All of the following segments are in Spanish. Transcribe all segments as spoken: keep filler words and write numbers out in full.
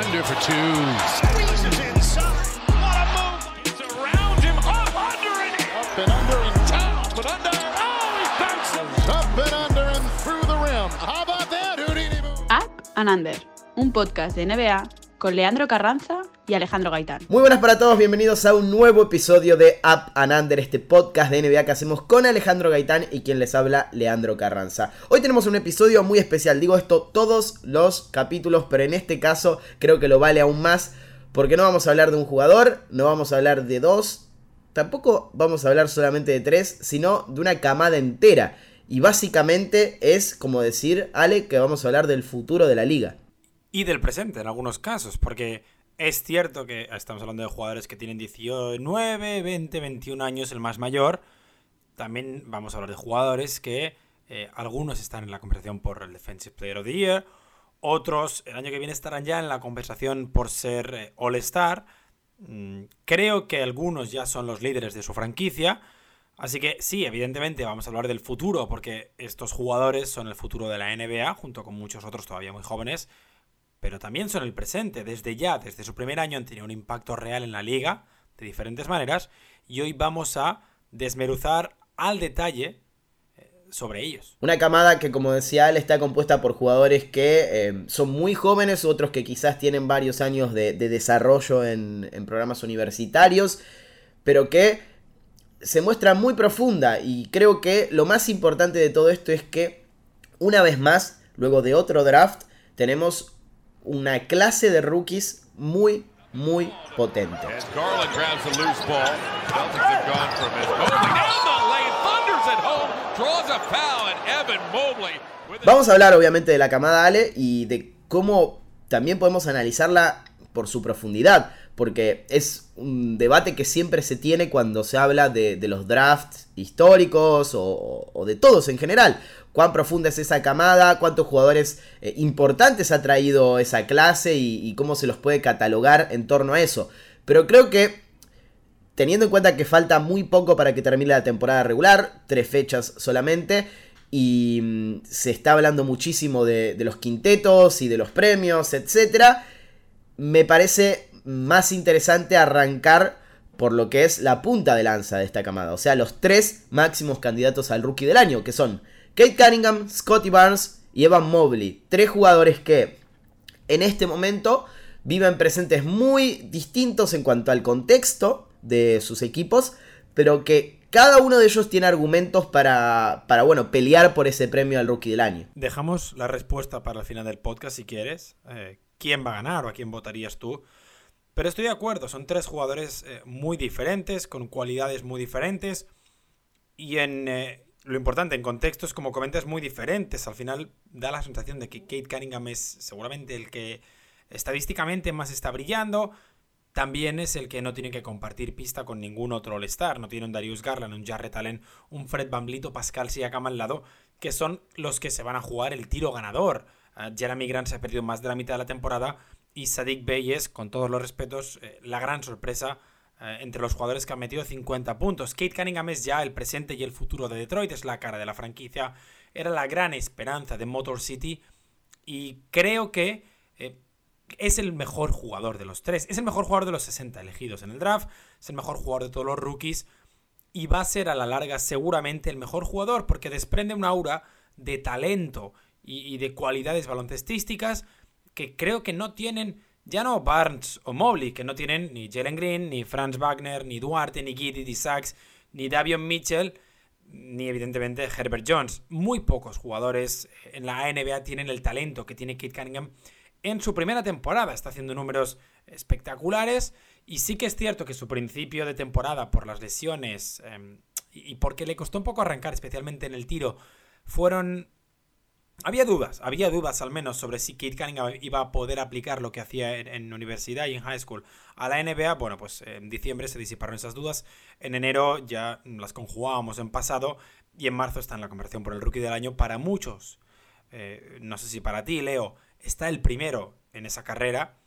under for two. Squeezes inside. What a move. It's around him. Up under and up and under and down, but under. Oh, he bounces. Up and under and through the rim. How about that, Houdini move? Up and Under, un podcast de N B A con Leandro Carranza y Alejandro Gaitán. Muy buenas para todos, bienvenidos a un nuevo episodio de Up and Under, este podcast de N B A que hacemos con Alejandro Gaitán y quien les habla, Leandro Carranza. Hoy tenemos un episodio muy especial, digo esto todos los capítulos, pero en este caso creo que lo vale aún más, porque no vamos a hablar de un jugador, no vamos a hablar de dos, tampoco vamos a hablar solamente de tres, sino de una camada entera. Y básicamente es como decir, Ale, que vamos a hablar del futuro de la liga. Y del presente en algunos casos, porque es cierto que estamos hablando de jugadores que tienen diecinueve, veinte, veintiún años, el más mayor. También vamos a hablar de jugadores que eh, algunos están en la conversación por el Defensive Player of the Year, otros el año que viene estarán ya en la conversación por ser eh, All-Star. Mm, creo que algunos ya son los líderes de su franquicia. Así que sí, evidentemente vamos a hablar del futuro, porque estos jugadores son el futuro de la N B A, junto con muchos otros todavía muy jóvenes, pero también son el presente. Desde ya, desde su primer año han tenido un impacto real en la liga, de diferentes maneras, y hoy vamos a desmenuzar al detalle sobre ellos. Una camada que, como decía Ale, está compuesta por jugadores que eh, son muy jóvenes, otros que quizás tienen varios años de, de desarrollo en, en programas universitarios, pero que se muestra muy profunda. Y creo que lo más importante de todo esto es que, una vez más, luego de otro draft, tenemos una clase de rookies muy, muy potente. Vamos a hablar obviamente de la camada Ale y de cómo también podemos analizarla por su profundidad, porque es un debate que siempre se tiene cuando se habla de, de los drafts históricos o, o de todos en general. Cuán profunda es esa camada, cuántos jugadores eh, importantes ha traído esa clase y, y cómo se los puede catalogar en torno a eso. Pero creo que, teniendo en cuenta que falta muy poco para que termine la temporada regular, tres fechas solamente, y mmm, se está hablando muchísimo de, de los quintetos y de los premios, etcétera, me parece más interesante arrancar por lo que es la punta de lanza de esta camada. O sea, los tres máximos candidatos al Rookie del Año, que son Cade Cunningham, Scottie Barnes y Evan Mobley. Tres jugadores que en este momento viven presentes muy distintos en cuanto al contexto de sus equipos, pero que cada uno de ellos tiene argumentos para, para bueno, pelear por ese premio al Rookie del Año. Dejamos la respuesta para el final del podcast si quieres. Eh, ¿Quién va a ganar o a quién votarías tú? Pero estoy de acuerdo, son tres jugadores eh, muy diferentes, con cualidades muy diferentes y en... Eh, Lo importante, en contextos, como comentas, muy diferentes. Al final da la sensación de que Cade Cunningham es seguramente el que estadísticamente más está brillando. También es el que no tiene que compartir pista con ningún otro All-Star. No tiene un Darius Garland, un Jarrett Allen, un Fred VanVleet o Pascal Siakam al lado, que son los que se van a jugar el tiro ganador. Uh, Jeremy Grant se ha perdido más de la mitad de la temporada y Saddiq Bey es, con todos los respetos, eh, la gran sorpresa Uh, entre los jugadores que han metido cincuenta puntos. Cade Cunningham es ya el presente y el futuro de Detroit, es la cara de la franquicia, era la gran esperanza de Motor City y creo que eh, es el mejor jugador de los tres, es el mejor jugador de los sesenta elegidos en el draft, es el mejor jugador de todos los rookies y va a ser a la larga seguramente el mejor jugador porque desprende un aura de talento y, y de cualidades baloncestísticas que creo que no tienen ya no Barnes o Mobley, que no tienen ni Jalen Green, ni Franz Wagner, ni Duarte, ni Giddey, ni Sachs, ni Davion Mitchell, ni evidentemente Herbert Jones. Muy pocos jugadores en la N B A tienen el talento que tiene Cade Cunningham en su primera temporada. Está haciendo números espectaculares y sí que es cierto que su principio de temporada por las lesiones eh, y porque le costó un poco arrancar, especialmente en el tiro, fueron... Había dudas, había dudas al menos sobre si Cade Cunningham iba a poder aplicar lo que hacía en, en universidad y en high school a la N B A. Bueno, pues en diciembre se disiparon esas dudas. En enero ya las conjugábamos en pasado y en marzo está en la conversación por el Rookie del Año para muchos. Eh, no sé si para ti, Leo, está el primero en esa carrera.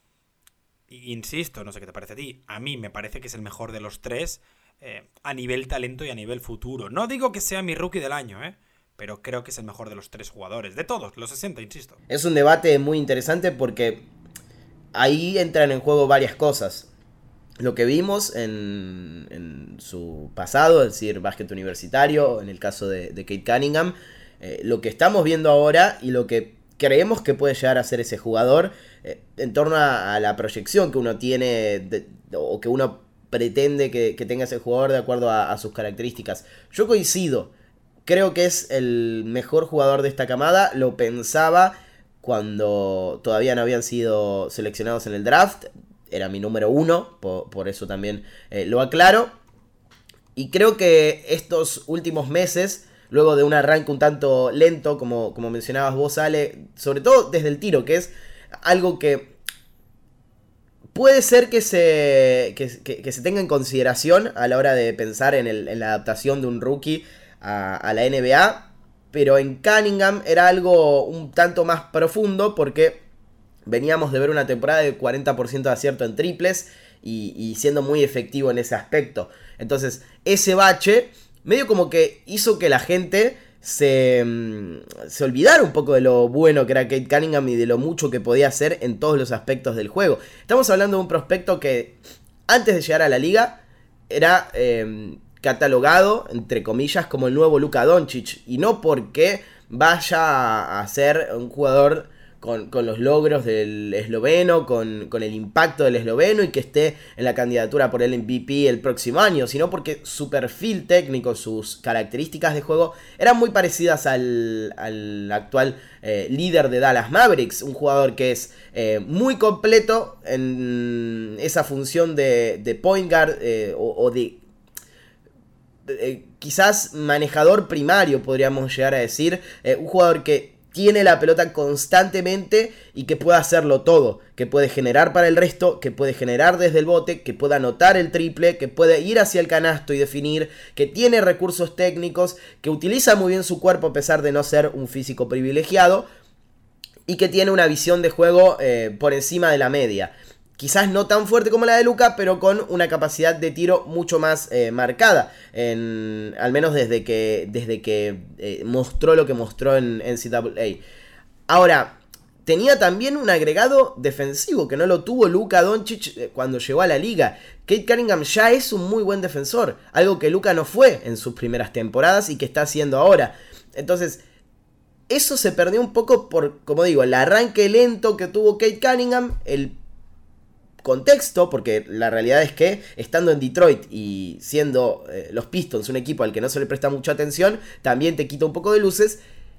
Y, insisto, no sé qué te parece a ti. A mí me parece que es el mejor de los tres eh, a nivel talento y a nivel futuro. No digo que sea mi Rookie del Año, ¿eh? Pero creo que es el mejor de los tres jugadores. De todos, los sesenta, insisto. Es un debate muy interesante porque ahí entran en juego varias cosas. Lo que vimos en, en su pasado, es decir, básquet universitario, en el caso de, de Cade Cunningham, eh, lo que estamos viendo ahora y lo que creemos que puede llegar a ser ese jugador eh, en torno a, a la proyección que uno tiene de, o que uno pretende que, que tenga ese jugador de acuerdo a, a sus características. Yo coincido, creo que es el mejor jugador de esta camada, lo pensaba cuando todavía no habían sido seleccionados en el draft. Era mi número uno, por, por eso también eh, lo aclaro. Y creo que estos últimos meses, luego de un arranque un tanto lento, como, como mencionabas vos, Ale, sobre todo desde el tiro, que es algo que puede ser que se, que, que, que se tenga en consideración a la hora de pensar en, el, en la adaptación de un rookie a, a la N B A, pero en Cunningham era algo un tanto más profundo porque veníamos de ver una temporada de cuarenta por ciento de acierto en triples y, y siendo muy efectivo en ese aspecto. Entonces, ese bache medio como que hizo que la gente se, se olvidara un poco de lo bueno que era Cade Cunningham y de lo mucho que podía hacer en todos los aspectos del juego. Estamos hablando de un prospecto que antes de llegar a la liga era eh, catalogado, entre comillas, como el nuevo Luka Doncic. Y no porque vaya a ser un jugador Con, con los logros del esloveno, con, con el impacto del esloveno y que esté en la candidatura por el M V P el próximo año, sino porque su perfil técnico, sus características de juego eran muy parecidas al, al actual eh, líder de Dallas Mavericks, un jugador que es eh, muy completo en esa función de, de point guard eh, o, o de eh, quizás manejador primario, podríamos llegar a decir, eh, un jugador que tiene la pelota constantemente y que puede hacerlo todo, que puede generar para el resto, que puede generar desde el bote, que puede anotar el triple, que puede ir hacia el canasto y definir, que tiene recursos técnicos, que utiliza muy bien su cuerpo a pesar de no ser un físico privilegiado y que tiene una visión de juego eh, por encima de la media. Quizás no tan fuerte como la de Luka, pero con una capacidad de tiro mucho más eh, marcada. En, al menos desde que, desde que eh, mostró lo que mostró en N C A A. Ahora, tenía también un agregado defensivo que no lo tuvo Luka Doncic cuando llegó a la liga. Cade Cunningham ya es un muy buen defensor. Algo que Luka no fue en sus primeras temporadas y que está haciendo ahora. Entonces, eso se perdió un poco por, como digo, el arranque lento que tuvo Cade Cunningham, el contexto, porque la realidad es que estando en Detroit y siendo eh, los Pistons un equipo al que no se le presta mucha atención, también te quita un poco de luces,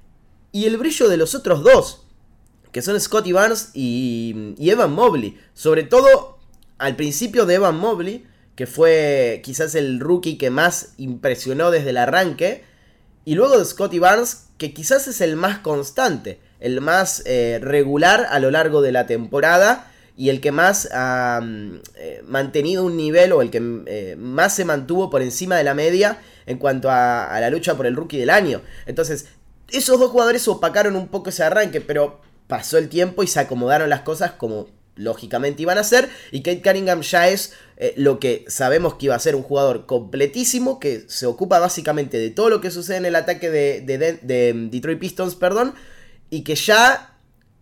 y el brillo de los otros dos, que son Scottie Barnes y, y Evan Mobley, sobre todo al principio de Evan Mobley, que fue quizás el rookie que más impresionó desde el arranque, y luego de Scottie Barnes, que quizás es el más constante, el más eh, regular a lo largo de la temporada, y el que más ha eh, mantenido un nivel o el que eh, más se mantuvo por encima de la media en cuanto a, a la lucha por el rookie del año. Entonces, esos dos jugadores opacaron un poco ese arranque, pero pasó el tiempo y se acomodaron las cosas como lógicamente iban a ser, y Cade Cunningham ya es eh, lo que sabemos que iba a ser, un jugador completísimo que se ocupa básicamente de todo lo que sucede en el ataque de, de, de, de Detroit Pistons, perdón, y que ya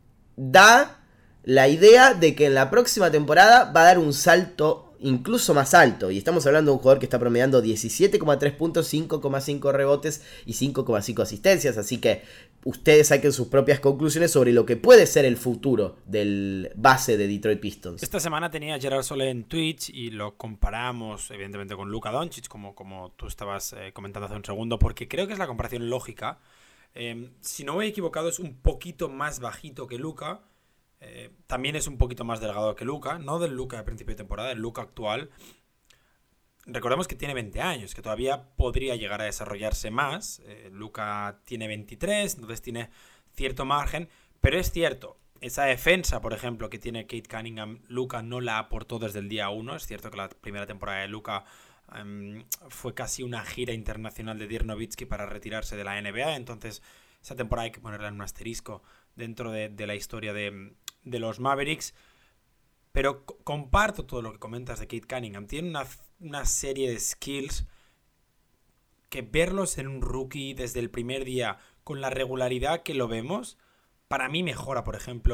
da la idea de que en la próxima temporada va a dar un salto incluso más alto. Y estamos hablando de un jugador que está promediando diecisiete coma tres puntos, cinco coma cinco rebotes y cinco coma cinco asistencias. Así que ustedes saquen sus propias conclusiones sobre lo que puede ser el futuro del base de Detroit Pistons. Esta semana tenía a Gerard Solé en Twitch y lo comparamos evidentemente con Luka Doncic, como, como tú estabas eh, comentando hace un segundo, porque creo que es la comparación lógica. Eh, si no me he equivocado, es un poquito más bajito que Luka. Eh, también es un poquito más delgado que Luka, no del Luka de principio de temporada, del Luka actual. Recordemos que tiene veinte años, que todavía podría llegar a desarrollarse más. Eh, Luka tiene veintitrés, entonces tiene cierto margen, pero es cierto, esa defensa, por ejemplo, que tiene Cade Cunningham, Luka no la aportó desde el día uno. Es cierto que la primera temporada de Luka um, fue casi una gira internacional de Dirk Nowitzki para retirarse de la N B A, entonces esa temporada hay que ponerla en un asterisco dentro de, de la historia de... de los Mavericks, pero c- comparto todo lo que comentas de Cade Cunningham. Tiene una, una serie de skills que verlos en un rookie desde el primer día con la regularidad que lo vemos, para mí mejora, por ejemplo,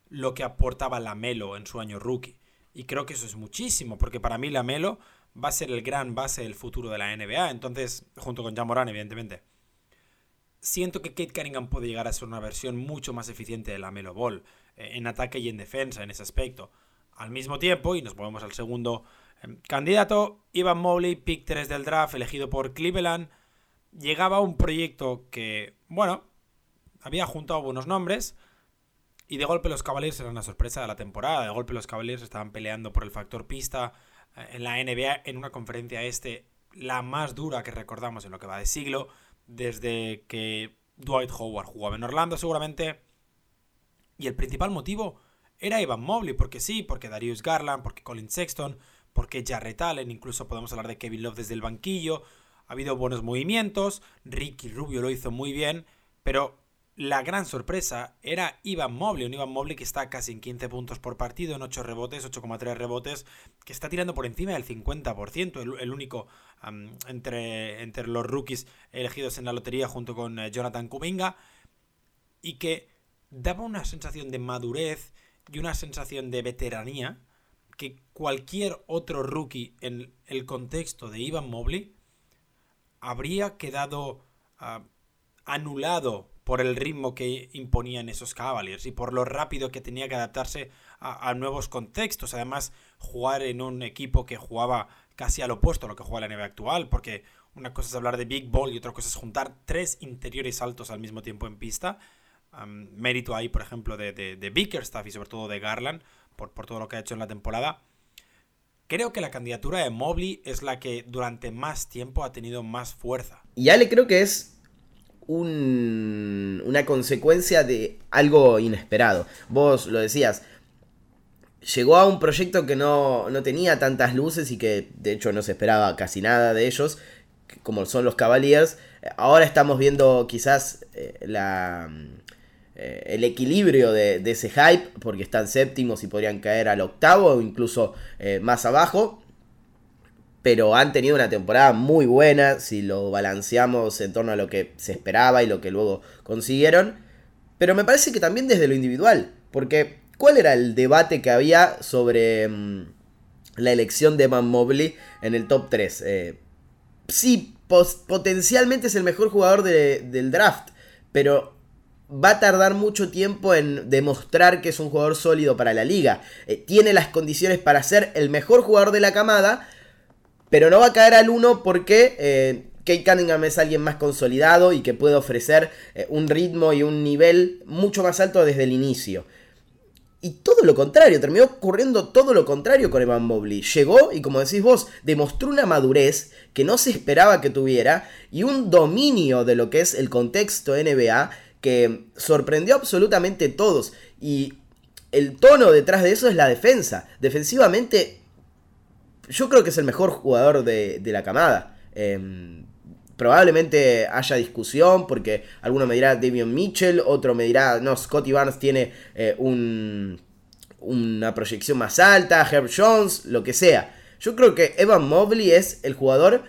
lo que aportaba LaMelo en su año rookie. Y creo que eso es muchísimo, porque para mí LaMelo va a ser el gran base del futuro de la N B A. Entonces, junto con Ja Morant, evidentemente, siento que Cade Cunningham puede llegar a ser una versión mucho más eficiente de LaMelo Ball, eh, en ataque y en defensa, en ese aspecto. Al mismo tiempo, y nos movemos al segundo eh, candidato, Evan Mobley, pick tres del draft, elegido por Cleveland, llegaba a un proyecto que, bueno, había juntado buenos nombres, y de golpe los Cavaliers eran la sorpresa de la temporada. De golpe los Cavaliers estaban peleando por el factor pista eh, en la N B A, en una conferencia este, la más dura que recordamos en lo que va de siglo, desde que Dwight Howard jugaba en Orlando seguramente. Y el principal motivo era Evan Mobley, porque sí, porque Darius Garland, porque Colin Sexton, porque Jarrett Allen, incluso podemos hablar de Kevin Love desde el banquillo. Ha habido buenos movimientos, Ricky Rubio lo hizo muy bien, pero la gran sorpresa era Evan Mobley, un Evan Mobley que está casi en quince puntos por partido, en ocho rebotes, ocho coma tres rebotes, que está tirando por encima del cincuenta por ciento, el, el único um, entre, entre los rookies elegidos en la lotería junto con uh, Jonathan Kuminga, y que daba una sensación de madurez y una sensación de veteranía que cualquier otro rookie en el contexto de Evan Mobley habría quedado uh, anulado por el ritmo que imponían esos Cavaliers y por lo rápido que tenía que adaptarse a, a nuevos contextos. Además, jugar en un equipo que jugaba casi al opuesto a lo que juega la N B A actual, porque una cosa es hablar de Big Ball y otra cosa es juntar tres interiores altos al mismo tiempo en pista. Um, mérito ahí, por ejemplo, de, de, de Bickerstaff y sobre todo de Garland, por, por todo lo que ha hecho en la temporada. Creo que la candidatura de Mobley es la que durante más tiempo ha tenido más fuerza. Y Ale, creo que es Un, una consecuencia de algo inesperado. Vos lo decías, llegó a un proyecto que no, no tenía tantas luces y que de hecho no se esperaba casi nada de ellos, como son los Cavaliers. Ahora estamos viendo quizás eh, la, eh, el equilibrio de, de ese hype, porque están séptimos y podrían caer al octavo o incluso eh, más abajo. Pero han tenido una temporada muy buena si lo balanceamos en torno a lo que se esperaba y lo que luego consiguieron. Pero me parece que también desde lo individual, porque ¿cuál era el debate que había sobre mmm, la elección de Evan Mobley en el top tres? Eh, sí, pos- potencialmente es el mejor jugador de, del draft, pero va a tardar mucho tiempo en demostrar que es un jugador sólido para la liga. Eh, tiene las condiciones para ser el mejor jugador de la camada, pero no va a caer al uno porque eh, Cade Cunningham es alguien más consolidado y que puede ofrecer eh, un ritmo y un nivel mucho más alto desde el inicio. Y todo lo contrario, terminó ocurriendo todo lo contrario con Evan Mobley. Llegó y, como decís vos, demostró una madurez que no se esperaba que tuviera y un dominio de lo que es el contexto N B A que sorprendió absolutamente a todos. Y el tono detrás de eso es la defensa. Defensivamente, yo creo que es el mejor jugador de, de la camada. Eh, probablemente haya discusión porque alguno me dirá Davion Mitchell, otro me dirá, no, Scottie Barnes tiene eh, un, una proyección más alta, Herb Jones, lo que sea. Yo creo que Evan Mobley es el jugador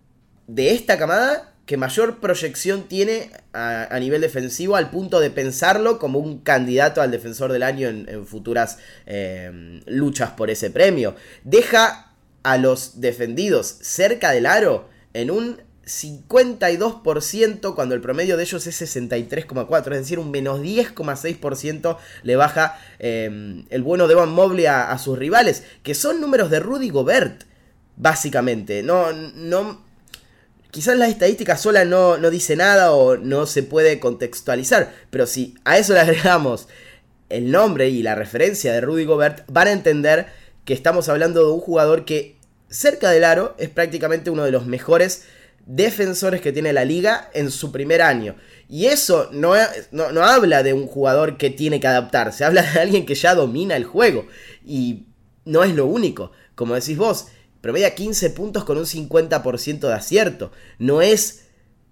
de esta camada que mayor proyección tiene a, a nivel defensivo, al punto de pensarlo como un candidato al defensor del año en, en futuras eh, luchas por ese premio. Deja a los defendidos cerca del aro en un cincuenta y dos por ciento cuando el promedio de ellos es sesenta y tres coma cuatro, es decir, un menos diez coma seis por ciento le baja eh, el bueno de Evan Mobley a, a sus rivales, que son números de Rudy Gobert, básicamente. No, no, quizás la estadística sola no, no dice nada o no se puede contextualizar, pero si a eso le agregamos el nombre y la referencia de Rudy Gobert, van a entender que estamos hablando de un jugador que cerca del aro es prácticamente uno de los mejores defensores que tiene la liga en su primer año. Y eso no, no, no habla de un jugador que tiene que adaptarse, habla de alguien que ya domina el juego. Y no es lo único, como decís vos, promedia quince puntos con un cincuenta por ciento de acierto. No es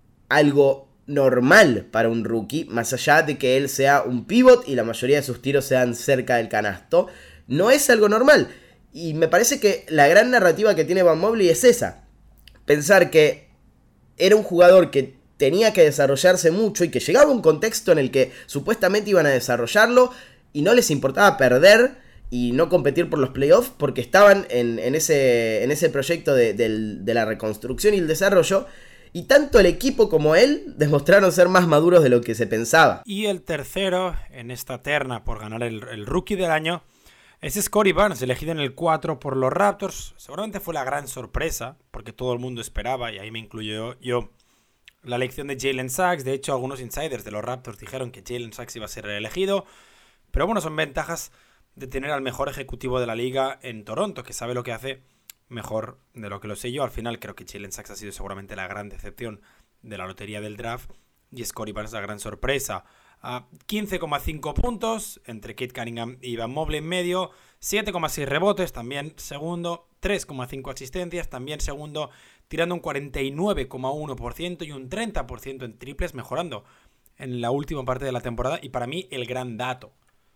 algo normal para un rookie, más allá de que él sea un pivot y la mayoría de sus tiros sean cerca del canasto. No es algo normal. Y me parece que la gran narrativa que tiene Evan Mobley es esa. Pensar que era un jugador que tenía que desarrollarse mucho y que llegaba a un contexto en el que supuestamente iban a desarrollarlo y no les importaba perder y no competir por los playoffs porque estaban en, en, ese, en ese proyecto de, de, de la reconstrucción y el desarrollo. Y tanto el equipo como él demostraron ser más maduros de lo que se pensaba. Y el tercero en esta terna por ganar el, el Rookie del Año es Scottie Barnes, elegido en el cuatro por los Raptors. Seguramente fue la gran sorpresa, porque todo el mundo esperaba, y ahí me incluyo yo, la elección de Jalen Suggs. De hecho, algunos insiders de los Raptors dijeron que Jalen Suggs iba a ser elegido. Pero bueno, son ventajas de tener al mejor ejecutivo de la liga en Toronto, que sabe lo que hace mejor de lo que lo sé yo. Al final creo que Jalen Suggs ha sido seguramente la gran decepción de la lotería del draft y Scottie Barnes la gran sorpresa. Uh, quince coma cinco puntos entre Cade Cunningham y Evan Mobley en medio, siete coma seis rebotes, también segundo, tres coma cinco asistencias, también segundo, tirando un cuarenta y nueve coma uno por ciento y un treinta por ciento en triples, mejorando en la última parte de la temporada. Y para mí el gran dato,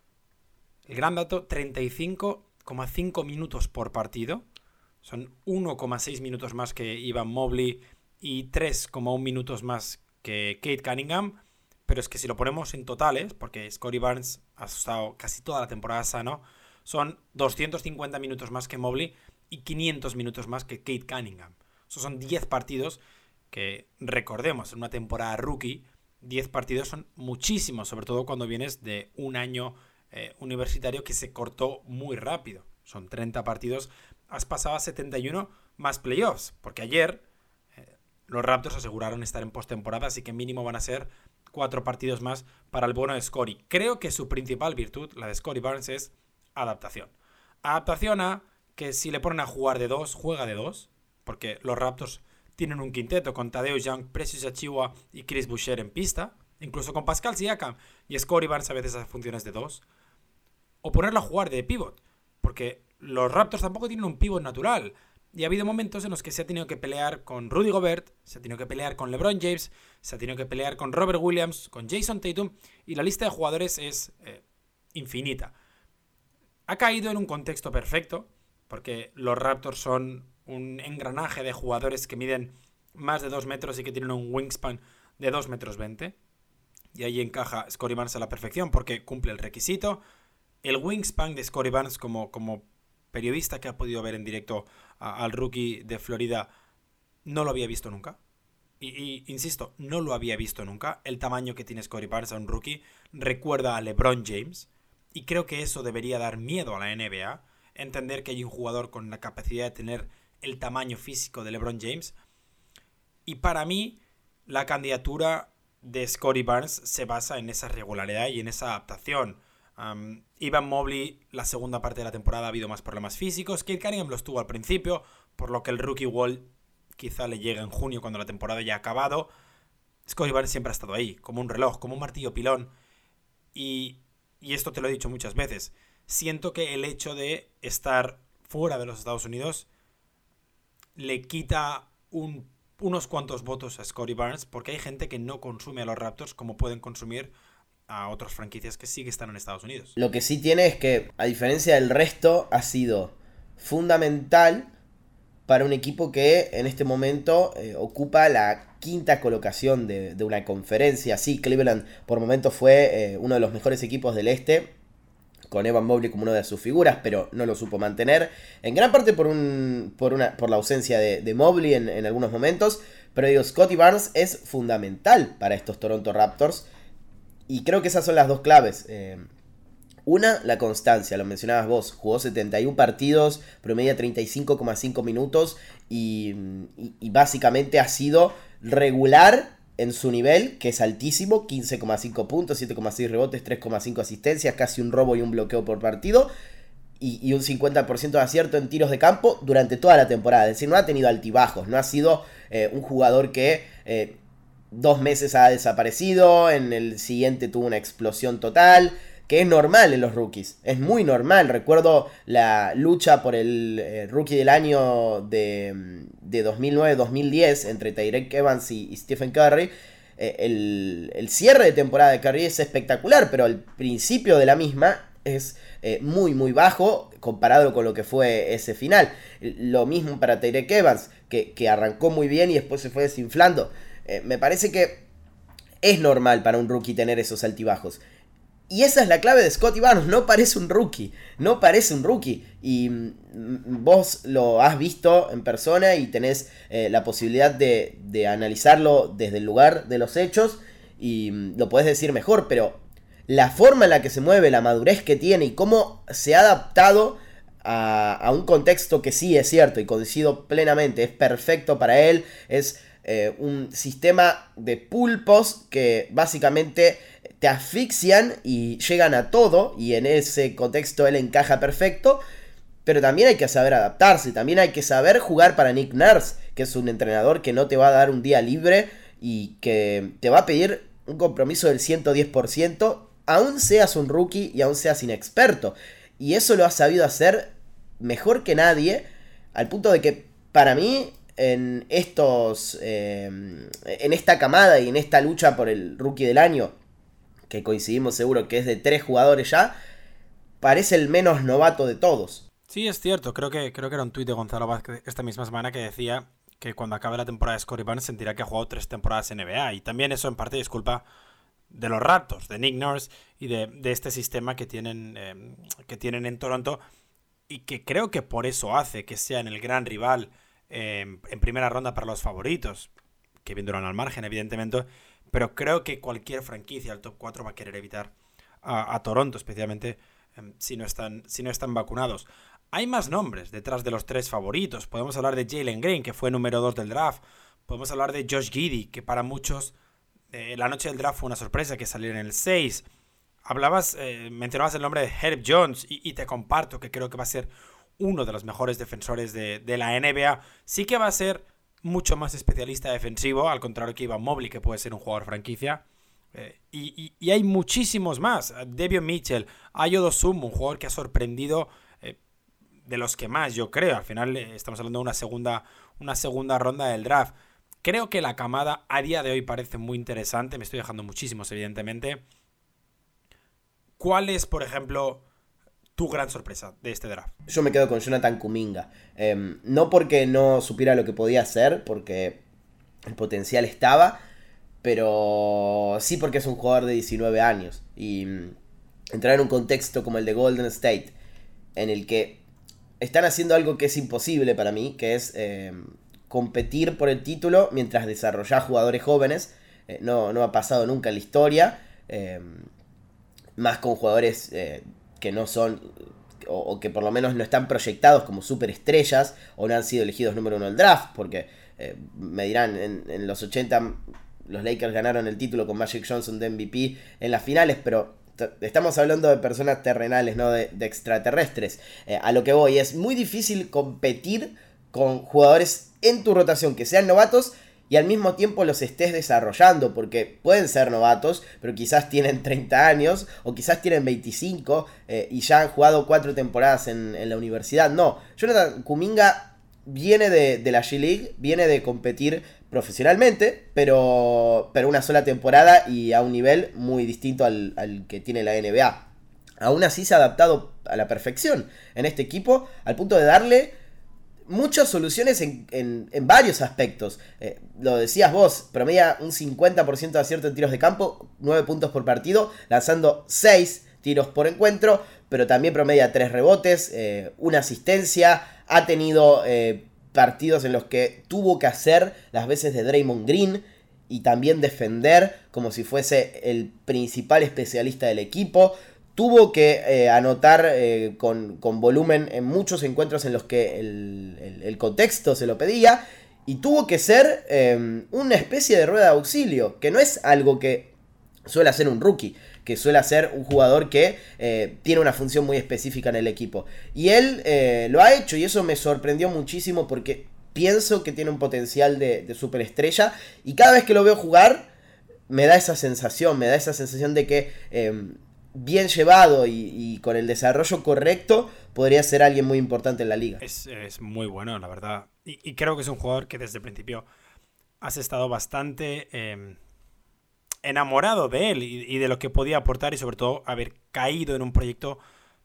el gran dato, treinta y cinco coma cinco minutos por partido. Son uno coma seis minutos más que Evan Mobley y tres coma uno minutos más que Cade Cunningham. Pero es que si lo ponemos en totales, porque Scottie Barnes ha estado casi toda la temporada sano, son doscientos cincuenta minutos más que Mobley y quinientos minutos más que Cade Cunningham. Esos son diez partidos que, recordemos, en una temporada rookie, diez partidos son muchísimos, sobre todo cuando vienes de un año eh, universitario que se cortó muy rápido. Son treinta partidos, has pasado a setenta y uno más playoffs, porque ayer eh, los Raptors aseguraron estar en postemporada, así que mínimo van a ser cuatro partidos más para el bueno de Scottie. Creo que su principal virtud, la de Scottie Barnes, es adaptación. Adaptación a que si le ponen a jugar de dos, juega de dos, porque los Raptors tienen un quinteto con Tadeusz Young, Precious Achiuwa y Chris Boucher en pista, incluso con Pascal Siakam y Scottie Barnes a veces hace funciones de dos, o ponerlo a jugar de pivot, porque los Raptors tampoco tienen un pivot natural. Y ha habido momentos en los que se ha tenido que pelear con Rudy Gobert, se ha tenido que pelear con LeBron James, se ha tenido que pelear con Robert Williams, con Jason Tatum, y la lista de jugadores es eh, infinita. Ha caído en un contexto perfecto, porque los Raptors son un engranaje de jugadores que miden más de dos metros y que tienen un wingspan de dos metros veinte. Y ahí encaja Scottie Barnes a la perfección, porque cumple el requisito. El wingspan de Scottie Barnes como... como periodista que ha podido ver en directo a, al rookie de Florida, no lo había visto nunca. Y, y insisto, no lo había visto nunca. El tamaño que tiene Scottie Barnes a un rookie recuerda a LeBron James. Y creo que eso debería dar miedo a la N B A. Entender que hay un jugador con la capacidad de tener el tamaño físico de LeBron James. Y para mí, la candidatura de Scottie Barnes se basa en esa regularidad y en esa adaptación. Um, Evan Mobley, la segunda parte de la temporada ha habido más problemas físicos. Cade Cunningham los tuvo al principio, por lo que el rookie wall quizá le llegue en junio cuando la temporada ya ha acabado. Scottie Barnes siempre ha estado ahí, como un reloj, como un martillo pilón. Y, y esto te lo he dicho muchas veces. Siento que el hecho de estar fuera de los Estados Unidos le quita un, unos cuantos votos a Scottie Barnes, porque hay gente que no consume a los Raptors como pueden consumir a otras franquicias que sí que están en Estados Unidos. Lo que sí tiene es que, a diferencia del resto, ha sido fundamental para un equipo que en este momento eh, ocupa la quinta colocación de, de una conferencia. Sí, Cleveland por momentos fue eh, uno de los mejores equipos del este, con Evan Mobley como una de sus figuras, pero no lo supo mantener, en gran parte por un por una por la ausencia de, de Mobley en, en algunos momentos. Pero digo, Scottie Barnes es fundamental para estos Toronto Raptors. Y creo que esas son las dos claves. Eh, una, la constancia, lo mencionabas vos. Jugó setenta y uno partidos, promedia treinta y cinco coma cinco minutos y, y, y básicamente ha sido regular en su nivel, que es altísimo. quince coma cinco puntos, siete coma seis rebotes, tres coma cinco asistencias, casi un robo y un bloqueo por partido. Y, y un cincuenta por ciento de acierto en tiros de campo durante toda la temporada. Es decir, no ha tenido altibajos, no ha sido eh, un jugador que... Eh, Dos meses ha desaparecido, en el siguiente tuvo una explosión total, que es normal en los rookies, es muy normal. Recuerdo la lucha por el eh, rookie del año de, de dos mil nueve dos mil diez entre Tyreke Evans y, y Stephen Curry. Eh, el, el cierre de temporada de Curry es espectacular, pero el principio de la misma es eh, muy muy bajo comparado con lo que fue ese final. Lo mismo para Tyreke Evans, que, que arrancó muy bien y después se fue desinflando. Eh, me parece que es normal para un rookie tener esos altibajos. Y esa es la clave de Scottie Barnes, no parece un rookie, no parece un rookie. Y mm, vos lo has visto en persona y tenés eh, la posibilidad de, de analizarlo desde el lugar de los hechos y mm, lo podés decir mejor, pero la forma en la que se mueve, la madurez que tiene y cómo se ha adaptado a, a un contexto que sí es cierto y coincido plenamente, es perfecto para él, es eh, un sistema de pulpos que básicamente te asfixian y llegan a todo, y en ese contexto él encaja perfecto, pero también hay que saber adaptarse, también hay que saber jugar para Nick Nurse, que es un entrenador que no te va a dar un día libre y que te va a pedir un compromiso del ciento diez por ciento, aún seas un rookie y aún seas inexperto, y eso lo ha sabido hacer mejor que nadie, al punto de que para mí en estos eh, en esta camada y en esta lucha por el rookie del año, que coincidimos seguro que es de tres jugadores ya, parece el menos novato de todos. Sí, es cierto. Creo que, creo que era un tuit de Gonzalo Vázquez esta misma semana que decía que cuando acabe la temporada de Scottie Barnes sentirá que ha jugado tres temporadas N B A. Y también eso en parte es culpa de los Raptors, de Nick Nurse y de, de este sistema que tienen, eh, que tienen en Toronto, y que creo que por eso hace que sean el gran rival eh, en primera ronda para los favoritos. Kevin Durant al margen, evidentemente, pero creo que cualquier franquicia al top cuatro va a querer evitar a, a Toronto, especialmente eh, si, no están, si no están vacunados. Hay más nombres detrás de los tres favoritos. Podemos hablar de Jalen Green, que fue número dos del draft. Podemos hablar de Josh Giddey, que para muchos eh, la noche del draft fue una sorpresa, que salió en el seis. Hablabas, eh, mencionabas el nombre de Herb Jones, y, y te comparto que creo que va a ser uno de los mejores defensores de, de la N B A. Sí que va a ser mucho más especialista defensivo, al contrario que Evan Mobley, que puede ser un jugador franquicia. Eh, y, y, y hay muchísimos más. Devion Mitchell, Ayo Dosunmu, un jugador que ha sorprendido, eh, de los que más, yo creo. Al final eh, estamos hablando de una segunda, una segunda ronda del draft. Creo que la camada a día de hoy parece muy interesante. Me estoy dejando muchísimos, evidentemente. ¿Cuál es, por ejemplo, tu gran sorpresa de este draft? Yo me quedo con Jonathan Kuminga. Eh, no porque no supiera lo que podía hacer, porque el potencial estaba, pero sí porque es un jugador de diecinueve años. Y entrar en un contexto como el de Golden State, en el que están haciendo algo que es imposible para mí, que es eh, competir por el título mientras desarrollás jugadores jóvenes. Eh, no, no ha pasado nunca en la historia. Eh, más con jugadores eh, que no son, o, o que por lo menos no están proyectados como superestrellas, o no han sido elegidos número uno del draft, porque eh, me dirán, en, en los ochenta los Lakers ganaron el título con Magic Johnson de M V P en las finales, pero t- estamos hablando de personas terrenales, no de, de extraterrestres. Eh, a lo que voy, es muy difícil competir con jugadores en tu rotación que sean novatos y al mismo tiempo los estés desarrollando, porque pueden ser novatos, pero quizás tienen treinta años, o quizás tienen veinticinco, eh, y ya han jugado cuatro temporadas en, en la universidad. No, Jonathan Kuminga viene de, de la G-League, viene de competir profesionalmente, pero, pero una sola temporada y a un nivel muy distinto al, al que tiene la N B A. Aún así se ha adaptado a la perfección en este equipo, al punto de darle muchas soluciones en, en, en varios aspectos. Eh, lo decías vos, promedia un cincuenta por ciento de acierto en tiros de campo, nueve puntos por partido, lanzando seis tiros por encuentro, pero también promedia tres rebotes, eh, una asistencia. Ha tenido eh, partidos en los que tuvo que hacer las veces de Draymond Green y también defender como si fuese el principal especialista del equipo. Tuvo que eh, anotar eh, con, con volumen en muchos encuentros en los que el, el, el contexto se lo pedía. Y tuvo que ser eh, una especie de rueda de auxilio, que no es algo que suele hacer un rookie, que suele hacer un jugador que eh, tiene una función muy específica en el equipo. Y él eh, lo ha hecho, y eso me sorprendió muchísimo porque pienso que tiene un potencial de, de superestrella. Y cada vez que lo veo jugar, me da esa sensación, me da esa sensación de que Eh, bien llevado y, y con el desarrollo correcto, podría ser alguien muy importante en la liga. Es, es muy bueno, la verdad. Y, y creo que es un jugador que desde el principio has estado bastante eh, enamorado de él y, y de lo que podía aportar, y sobre todo haber caído en un proyecto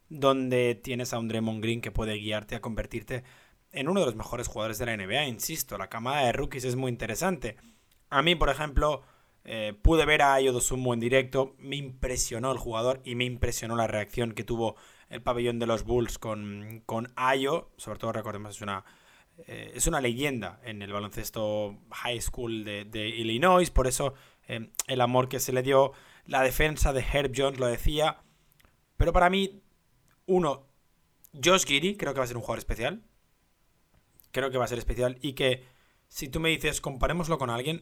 donde tienes a un Draymond Green que puede guiarte a convertirte en uno de los mejores jugadores de la N B A. Insisto, la camada de rookies es muy interesante. A mí, por ejemplo, Eh, pude ver a Ayo Dosunmu en directo, me impresionó el jugador y me impresionó la reacción que tuvo el pabellón de los Bulls con, con Ayo. Sobre todo, recordemos, es una, eh, es una leyenda en el baloncesto high school de, de Illinois, por eso eh, el amor que se le dio. La defensa de Herb Jones lo decía, pero para mí, uno, Josh Giddey creo que va a ser un jugador especial, creo que va a ser especial y que si tú me dices comparémoslo con alguien,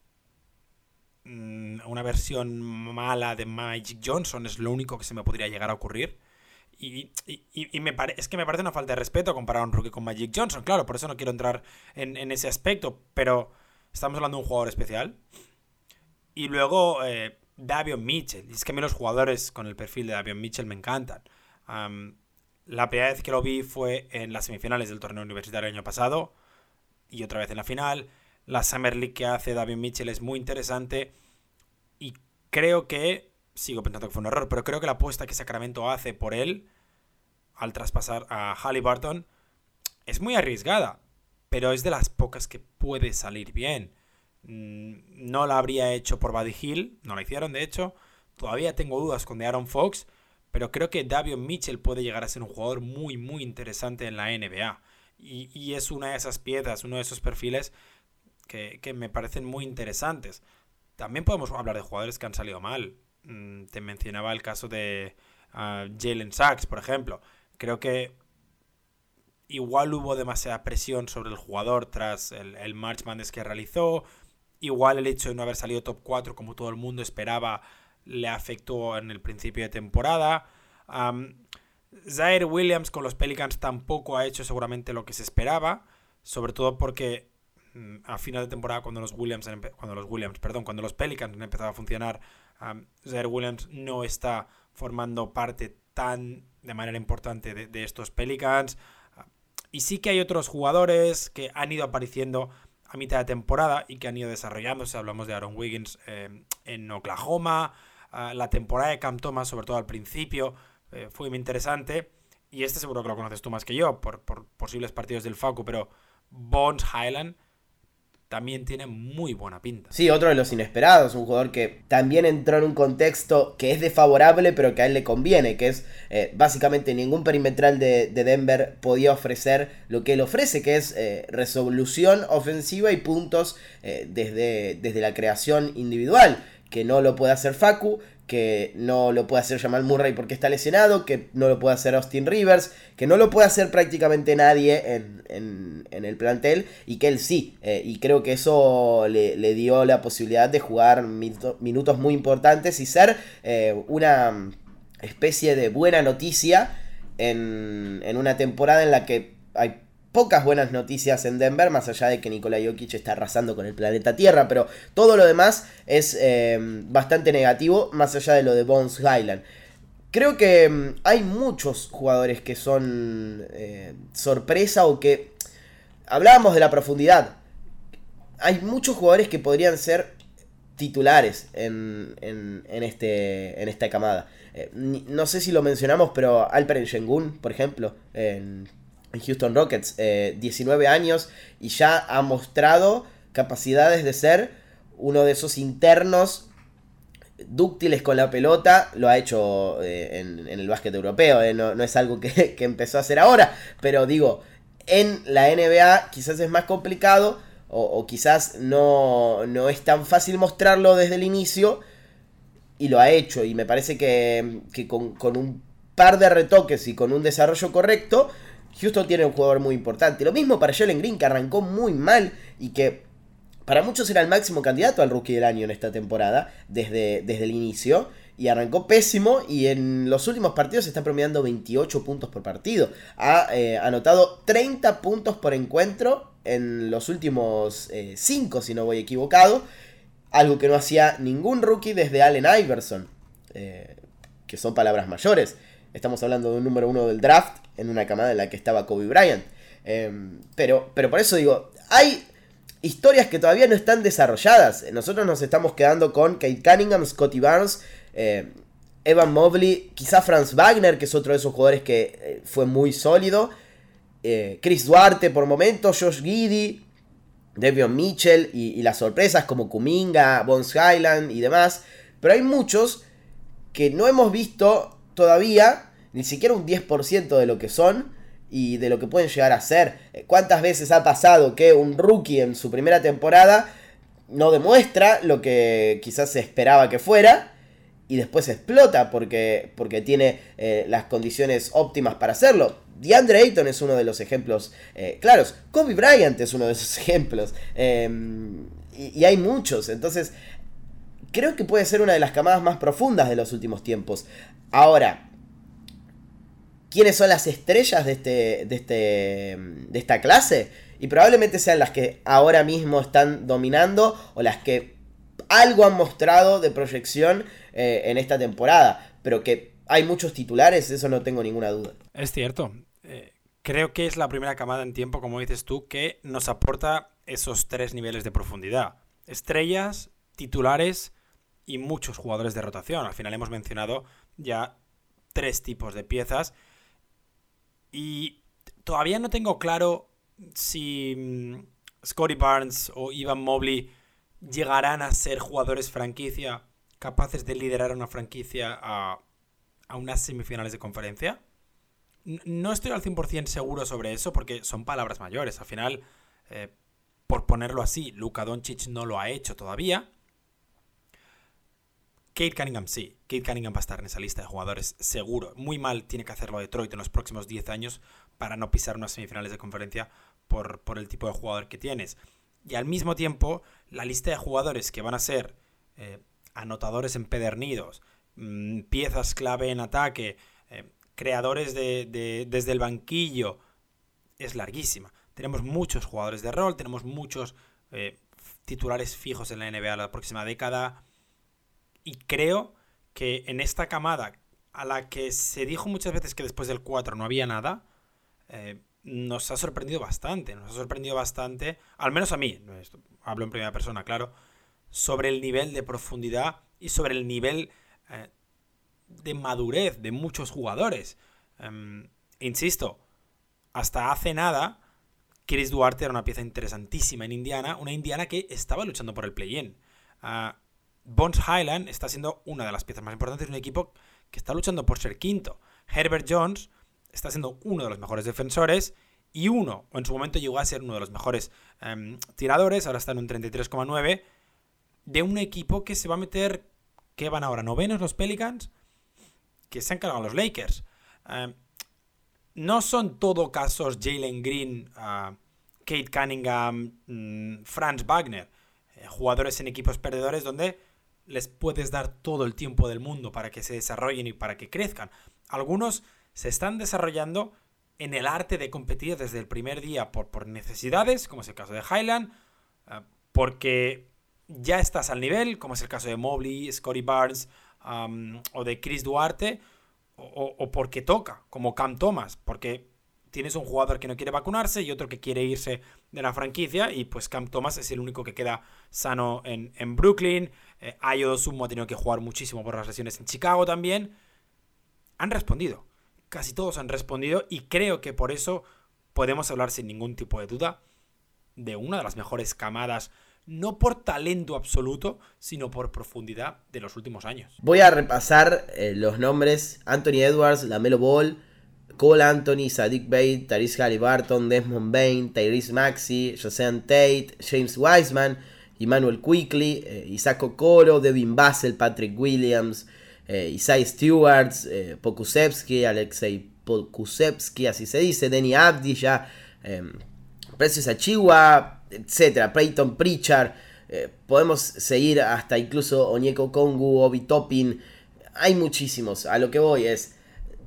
una versión mala de Magic Johnson es lo único que se me podría llegar a ocurrir. Y, y, y me pare, es que me parece una falta de respeto comparar a un rookie con Magic Johnson. Claro, por eso no quiero entrar en, en ese aspecto, pero estamos hablando de un jugador especial. Y luego eh, Davion Mitchell. Y es que a mí los jugadores con el perfil de Davion Mitchell me encantan. Um, la primera vez que lo vi fue en las semifinales del torneo universitario el año pasado y otra vez en la final. La Summer League que hace Davion Mitchell es muy interesante y creo que, sigo pensando que fue un error, pero creo que la apuesta que Sacramento hace por él al traspasar a Haliburton es muy arriesgada, pero es de las pocas que puede salir bien. No la habría hecho por Buddy Hield, no la hicieron de hecho, todavía tengo dudas con De'Aaron Fox, pero creo que Davion Mitchell puede llegar a ser un jugador muy muy interesante en la N B A y, y es una de esas piezas, uno de esos perfiles Que, que me parecen muy interesantes. También podemos hablar de jugadores que han salido mal. Mm, te mencionaba el caso de uh, Jalen Sachs, por ejemplo. Creo que igual hubo demasiada presión sobre el jugador tras el, el March Madness que realizó. Igual el hecho de no haber salido top cuatro como todo el mundo esperaba le afectó en el principio de temporada. Um, Zaire Williams con los Pelicans tampoco ha hecho seguramente lo que se esperaba, sobre todo porque a final de temporada cuando los Williams han empe- cuando los Williams, perdón, cuando los Pelicans han empezado a funcionar, um, Zaire Williams no está formando parte tan de manera importante de, de estos Pelicans. Uh, y sí que hay otros jugadores que han ido apareciendo a mitad de temporada y que han ido desarrollándose. Hablamos de Aaron Wiggins eh, en Oklahoma, uh, la temporada de Cam Thomas, sobre todo al principio, eh, fue muy interesante. Y este seguro que lo conoces tú más que yo por, por posibles partidos del Facu, pero Bones Hyland también tiene muy buena pinta. Sí, otro de los inesperados, un jugador que también entró en un contexto que es desfavorable, pero que a él le conviene, que es eh, básicamente ningún perimetral de, de Denver podía ofrecer lo que él ofrece, que es eh, resolución ofensiva y puntos eh, desde, desde la creación individual, que no lo puede hacer Facu, que no lo puede hacer Jamal Murray porque está lesionado, que no lo puede hacer Austin Rivers, que no lo puede hacer prácticamente nadie en, en, en el plantel, y que él sí, eh, y creo que eso le, le dio la posibilidad de jugar minuto, minutos muy importantes y ser eh, una especie de buena noticia en, en una temporada en la que hay pocas buenas noticias en Denver, más allá de que Nikola Jokic está arrasando con el planeta Tierra, pero todo lo demás es eh, bastante negativo, más allá de lo de Bones Hyland. Creo que eh, hay muchos jugadores que son eh, sorpresa o que... Hablábamos de la profundidad. Hay muchos jugadores que podrían ser titulares en, en, en, este, en esta camada. Eh, no sé si lo mencionamos, pero Alperen Sengun, por ejemplo, en... en Houston Rockets, eh, diecinueve años, y ya ha mostrado capacidades de ser uno de esos internos dúctiles con la pelota. Lo ha hecho eh, en, en el básquet europeo, eh, no, no es algo que, que empezó a hacer ahora, pero digo, en la N B A quizás es más complicado, o, o quizás no, no es tan fácil mostrarlo desde el inicio, y lo ha hecho, y me parece que, que con, con un par de retoques y con un desarrollo correcto, Houston tiene un jugador muy importante. Lo mismo para Jalen Green, que arrancó muy mal y que para muchos era el máximo candidato al rookie del año en esta temporada, desde, desde el inicio, y arrancó pésimo, y en los últimos partidos está promediando veintiocho puntos por partido. Ha eh, anotado treinta puntos por encuentro en los últimos cinco, eh, si no voy equivocado, algo que no hacía ningún rookie desde Allen Iverson, eh, que son palabras mayores. Estamos hablando de un número uno del draft en una camada en la que estaba Kobe Bryant. Eh, pero, pero por eso digo, hay historias que todavía no están desarrolladas. Nosotros nos estamos quedando con Kate Cunningham, Scottie Barnes, eh, Evan Mobley, quizá Franz Wagner, que es otro de esos jugadores que eh, fue muy sólido. Eh, Chris Duarte por momentos, Josh Giddey. Davion Mitchell y, y las sorpresas como Kuminga, Bones Highland y demás. Pero hay muchos que no hemos visto todavía ni siquiera un diez por ciento de lo que son y de lo que pueden llegar a ser. ¿Cuántas veces ha pasado que un rookie en su primera temporada no demuestra lo que quizás se esperaba que fuera y después explota porque, porque tiene eh, las condiciones óptimas para hacerlo? DeAndre Ayton es uno de los ejemplos eh, claros. Kobe Bryant es uno de esos ejemplos. Eh, y, y hay muchos. Entonces, creo que puede ser una de las camadas más profundas de los últimos tiempos. Ahora, ¿quiénes son las estrellas de, este, de, este, de esta clase? Y probablemente sean las que ahora mismo están dominando o las que algo han mostrado de proyección eh, en esta temporada. Pero que hay muchos titulares, eso no tengo ninguna duda. Es cierto. Eh, creo que es la primera camada en tiempo, como dices tú, que nos aporta esos tres niveles de profundidad. Estrellas, titulares y muchos jugadores de rotación. Al final hemos mencionado ya tres tipos de piezas. Y todavía no tengo claro si um, Scottie Barnes o Evan Mobley llegarán a ser jugadores franquicia capaces de liderar una franquicia a, a unas semifinales de conferencia. No estoy al cien por ciento seguro sobre eso porque son palabras mayores. Al final, eh, por ponerlo así, Luka Doncic no lo ha hecho todavía. Cade Cunningham sí. Cade Cunningham va a estar en esa lista de jugadores seguro. Muy mal tiene que hacerlo Detroit en los próximos diez años para no pisar unas semifinales de conferencia por, por el tipo de jugador que tienes. Y al mismo tiempo, la lista de jugadores que van a ser eh, anotadores empedernidos, mmm, piezas clave en ataque, eh, creadores de, de, desde el banquillo, es larguísima. Tenemos muchos jugadores de rol, tenemos muchos eh, titulares fijos en la N B A la próxima década. Y creo que en esta camada, a la que se dijo muchas veces que después del cuatro no había nada, eh, nos ha sorprendido bastante. Nos ha sorprendido bastante, al menos a mí, hablo en primera persona, claro, sobre el nivel de profundidad y sobre el nivel eh, de madurez de muchos jugadores. Um, insisto, hasta hace nada, Chris Duarte era una pieza interesantísima en Indiana, una Indiana que estaba luchando por el play-in. Uh, Bones Highland está siendo una de las piezas más importantes de un equipo que está luchando por ser quinto. Herbert Jones está siendo uno de los mejores defensores y uno, o en su momento llegó a ser uno de los mejores um, tiradores, ahora está en un treinta y tres coma nueve, de un equipo que se va a meter, ¿qué van ahora? ¿Novenos los Pelicans? Que se han cargado los Lakers. Uh, no son todo casos Jalen Green, uh, Cade Cunningham, um, Franz Wagner, eh, jugadores en equipos perdedores donde les puedes dar todo el tiempo del mundo para que se desarrollen y para que crezcan. Algunos se están desarrollando en el arte de competir desde el primer día por, por necesidades, como es el caso de Highland, uh, porque ya estás al nivel, como es el caso de Mobley, Scottie Barnes um, o de Chris Duarte, o, o porque toca, como Cam Thomas, porque tienes un jugador que no quiere vacunarse y otro que quiere irse de la franquicia, y pues Cam Thomas es el único que queda sano en, en Brooklyn. eh, Ayo Dosunmu ha tenido que jugar muchísimo por las lesiones en Chicago también. Han respondido, casi todos han respondido, y creo que por eso podemos hablar sin ningún tipo de duda de una de las mejores camadas, no por talento absoluto, sino por profundidad de los últimos años. Voy a repasar eh, los nombres: Anthony Edwards, LaMelo Ball, Cole Anthony, Saddiq Bey, Tyrese Haliburton, Desmond Bane, Tyrese Maxey, Josean Tate, James Wiseman, Emmanuel Quickley, eh, Isaac Okoro, Devin Vassell, Patrick Williams, eh, Isaiah Stewart, eh, Pokusevski, Alexei Pokusevski, así se dice, Denny Avdija, eh, Precious Achiuwa, etcétera, Peyton Pritchard, eh, podemos seguir hasta incluso Onyeka Okongwu, Obi Toppin. Hay muchísimos. A lo que voy es,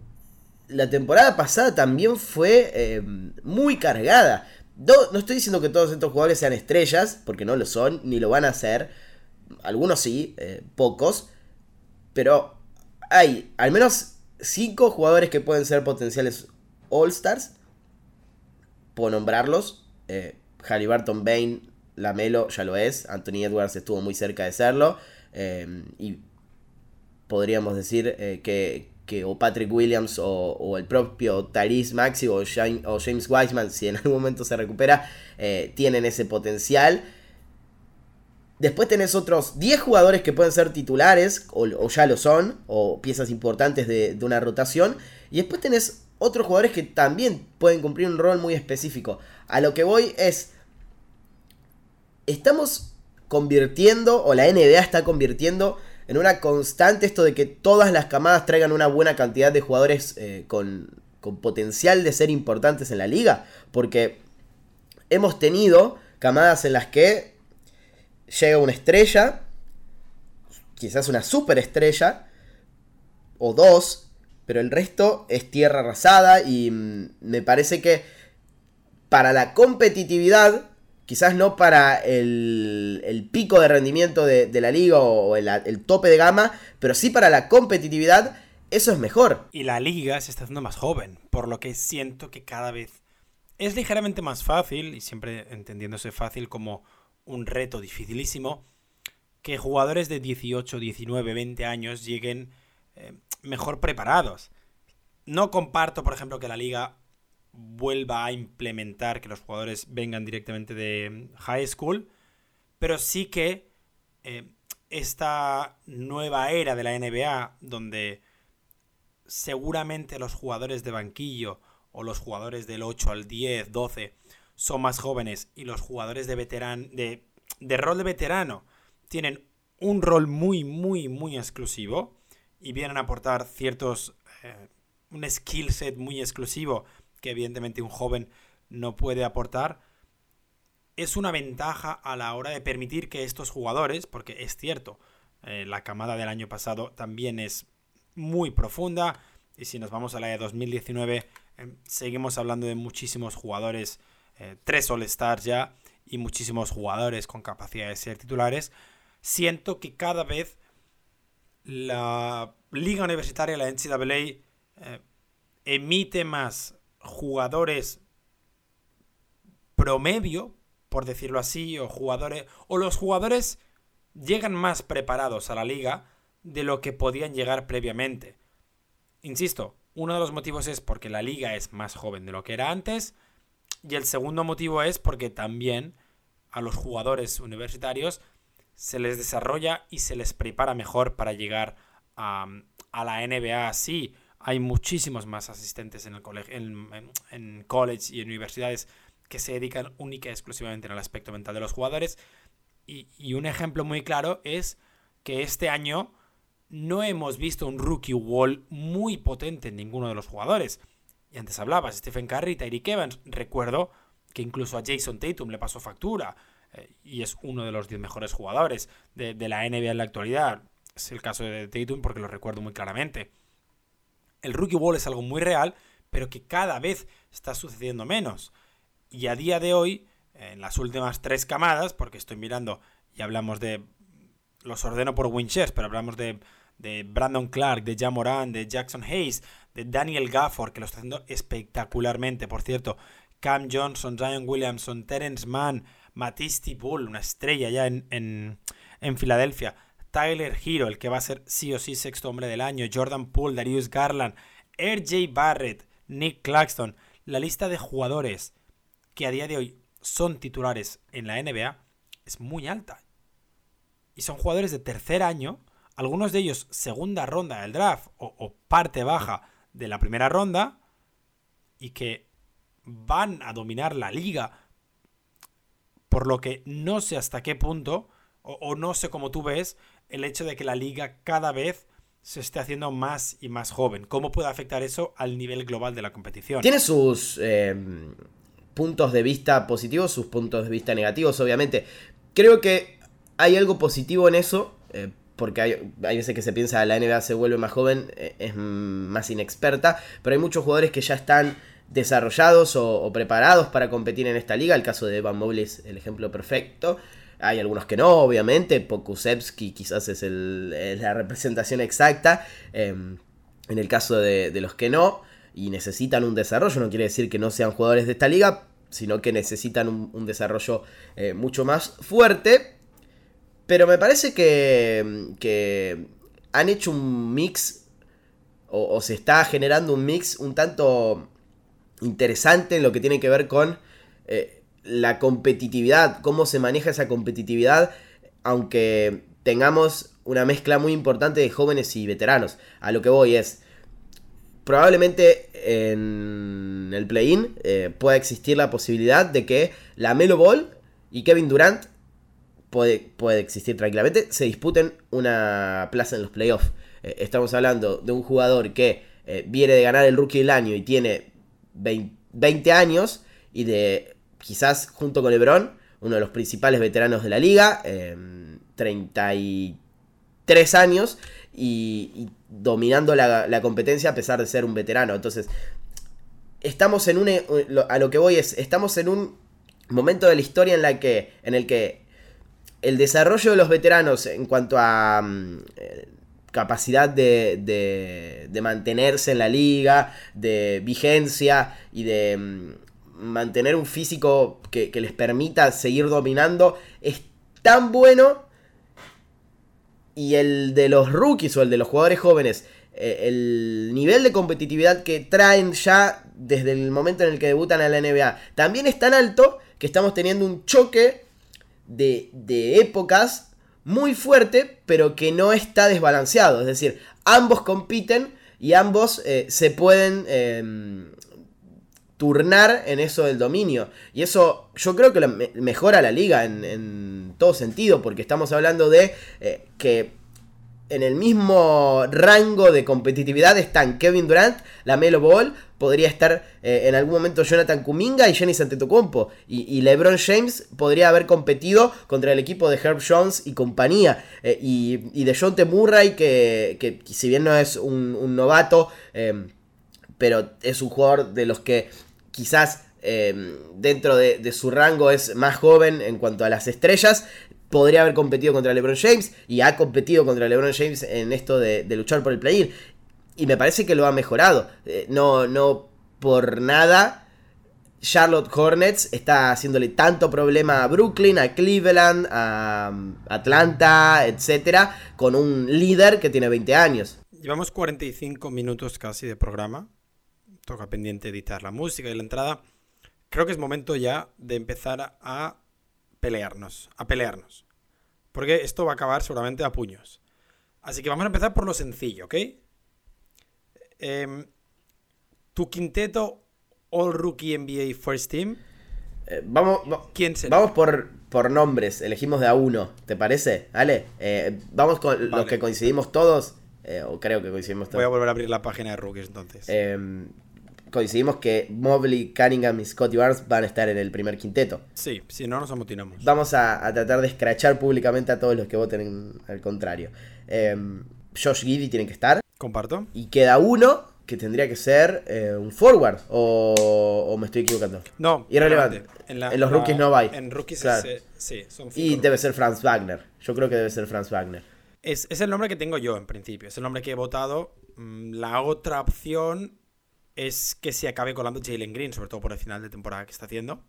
la temporada pasada también fue eh, muy cargada. No, no estoy diciendo que todos estos jugadores sean estrellas, porque no lo son, ni lo van a ser. Algunos sí, eh, pocos. Pero hay al menos cinco jugadores que pueden ser potenciales All-Stars. Puedo nombrarlos. Eh, Haliburton, Bane, LaMelo ya lo es. Anthony Edwards estuvo muy cerca de serlo. Eh, y podríamos decir eh, que, que o Patrick Williams o, o el propio Tyrese Maxey o, James, o James Wiseman, si en algún momento se recupera, eh, tienen ese potencial. Después tenés otros diez jugadores que pueden ser titulares, o, o ya lo son, o piezas importantes de, de una rotación. Y después tenés otros jugadores que también pueden cumplir un rol muy específico. A lo que voy es, estamos convirtiendo, o la N B A está convirtiendo en una constante esto de que todas las camadas traigan una buena cantidad de jugadores eh, con, con potencial de ser importantes en la liga. Porque hemos tenido camadas en las que llega una estrella, quizás una superestrella, o dos, pero el resto es tierra arrasada. Y mmm, me parece que para la competitividad, quizás no para el, el pico de rendimiento de, de la liga o el, el tope de gama, pero sí para la competitividad, eso es mejor. Y la liga se está haciendo más joven, por lo que siento que cada vez es ligeramente más fácil, y siempre entendiéndose fácil como un reto dificilísimo, que jugadores de dieciocho, diecinueve, veinte años lleguen eh, mejor preparados. No comparto, por ejemplo, que la liga vuelva a implementar que los jugadores vengan directamente de high school, pero sí que eh, esta nueva era de la N B A, donde seguramente los jugadores de banquillo o los jugadores del ocho al diez, doce son más jóvenes, y los jugadores de veteran de, de rol de veterano tienen un rol muy, muy, muy exclusivo y vienen a aportar ciertos eh, un skill set muy exclusivo que evidentemente un joven no puede aportar. Es una ventaja a la hora de permitir que estos jugadores, porque es cierto, eh, la camada del año pasado también es muy profunda, y si nos vamos a la de dos mil diecinueve, eh, seguimos hablando de muchísimos jugadores, eh, tres All-Stars ya, y muchísimos jugadores con capacidad de ser titulares. Siento que cada vez la liga universitaria, la N C A A, eh, emite más jugadores promedio, por decirlo así, o jugadores, o los jugadores llegan más preparados a la liga de lo que podían llegar previamente. Insisto, uno de los motivos es porque la liga es más joven de lo que era antes, y el segundo motivo es porque también a los jugadores universitarios se les desarrolla y se les prepara mejor para llegar a, a la N B A. Sí, hay muchísimos más asistentes en el colegio, en, en, en college y en universidades que se dedican única y exclusivamente al aspecto mental de los jugadores. Y, y un ejemplo muy claro es que este año no hemos visto un rookie wall muy potente en ninguno de los jugadores. Y antes hablabas, Stephen Curry, Tyreke Evans. Recuerdo que incluso a Jason Tatum le pasó factura, eh, y es uno de los diez mejores jugadores de, de la N B A en la actualidad. Es el caso de Tatum porque lo recuerdo muy claramente. El rookie wall es algo muy real, pero que cada vez está sucediendo menos. Y a día de hoy, en las últimas tres camadas, porque estoy mirando y hablamos de, los ordeno por Winchester, pero hablamos de, de Brandon Clark, de Ja Morant, de Jackson Hayes, de Daniel Gafford, que lo está haciendo espectacularmente, por cierto, Cam Johnson, Zion Williamson, Terence Mann, Matisse Thybulle, una estrella ya en, en, en Filadelfia, Tyler Hero, el que va a ser sí o sí sexto hombre del año, Jordan Poole, Darius Garland, R J Barrett, Nick Claxton. La lista de jugadores que a día de hoy son titulares en la N B A es muy alta. Y son jugadores de tercer año, algunos de ellos segunda ronda del draft o, o parte baja de la primera ronda, y que van a dominar la liga. Por lo que no sé hasta qué punto, o, o no sé cómo tú ves, el hecho de que la liga cada vez se esté haciendo más y más joven. ¿Cómo puede afectar eso al nivel global de la competición? Tiene sus eh, puntos de vista positivos, sus puntos de vista negativos, obviamente. Creo que hay algo positivo en eso, eh, porque hay, hay veces que se piensa que la N B A se vuelve más joven, eh, es más inexperta, pero hay muchos jugadores que ya están desarrollados o, o preparados para competir en esta liga. El caso de Evan Mobley es el ejemplo perfecto. Hay algunos que no, obviamente. Pokusevski quizás es, el, es la representación exacta. Eh, en el caso de, de los que no, y necesitan un desarrollo, no quiere decir que no sean jugadores de esta liga, sino que necesitan un, un desarrollo eh, mucho más fuerte. Pero me parece que, que han hecho un mix o, o se está generando un mix un tanto interesante en lo que tiene que ver con eh, la competitividad, cómo se maneja esa competitividad, aunque tengamos una mezcla muy importante de jóvenes y veteranos. A lo que voy es, probablemente en el play-in eh, pueda existir la posibilidad de que LaMelo Ball y Kevin Durant, puede, puede existir tranquilamente, se disputen una plaza en los playoffs. Eh, estamos hablando de un jugador que eh, viene de ganar el Rookie del Año y tiene veinte años, y de quizás junto con LeBron, uno de los principales veteranos de la liga, eh, treinta y tres años, y, y dominando la, la competencia a pesar de ser un veterano. Entonces, estamos en un, a lo que voy es, estamos en un momento de la historia en, la que, en el que el desarrollo de los veteranos en cuanto a um, eh, capacidad de, de, de mantenerse en la liga, de vigencia y de um, mantener un físico que, que les permita seguir dominando, es tan bueno. Y el de los rookies o el de los jugadores jóvenes, eh, el nivel de competitividad que traen ya desde el momento en el que debutan en la N B A, también es tan alto que estamos teniendo un choque de, de épocas muy fuerte, pero que no está desbalanceado. Es decir, ambos compiten y ambos eh, se pueden eh, turnar en eso del dominio. Y eso yo creo que lo me- mejora la liga en, en todo sentido, porque estamos hablando de eh, que en el mismo rango de competitividad están Kevin Durant, LaMelo Ball, podría estar eh, en algún momento Jonathan Kuminga y Giannis Antetokounmpo, y, y LeBron James podría haber competido contra el equipo de Herb Jones y compañía, eh, y, y DeJounte Murray, que, que si bien no es un, un novato, eh, pero es un jugador de los que quizás eh, dentro de, de su rango es más joven en cuanto a las estrellas, podría haber competido contra LeBron James, y ha competido contra LeBron James en esto de, de luchar por el play-in, y me parece que lo ha mejorado. Eh, no, no por nada Charlotte Hornets está haciéndole tanto problema a Brooklyn, a Cleveland, a Atlanta, etcétera, con un líder que tiene veinte años. Llevamos cuarenta y cinco minutos casi de programa. Toca pendiente editar la música y la entrada. Creo que es momento ya de empezar a pelearnos, a pelearnos. Porque esto va a acabar seguramente a puños. Así que vamos a empezar por lo sencillo, ¿ok? Eh, tu quinteto All Rookie N B A First Team. Eh, vamos, va- ¿Quién será? vamos por, por nombres, elegimos de a uno, ¿te parece? ¿Vale? Eh, vamos con Vale. los que coincidimos todos, eh, o creo que coincidimos Voy a todos. volver a abrir la página de rookies entonces. Eh, coincidimos que Mobley, Cunningham y Scottie Barnes van a estar en el primer quinteto. Sí, si no nos amotinamos. Vamos a, a tratar de escrachar públicamente a todos los que voten en- al contrario. Eh, Josh Giddey tiene que estar. ¿Comparto? Y queda uno que tendría que ser eh, un forward. O, o me estoy equivocando. No, Irrelevante. En, la- En los la- rookies no va. En rookies Claro. es, eh, sí, son Y cinco debe ser Franz Wagner. Yo creo que debe ser Franz Wagner. Es, es el nombre que tengo yo en principio. Es el nombre que he votado. Mm, La otra opción es que se acabe colando Jalen Green, sobre todo por el final de temporada que está haciendo.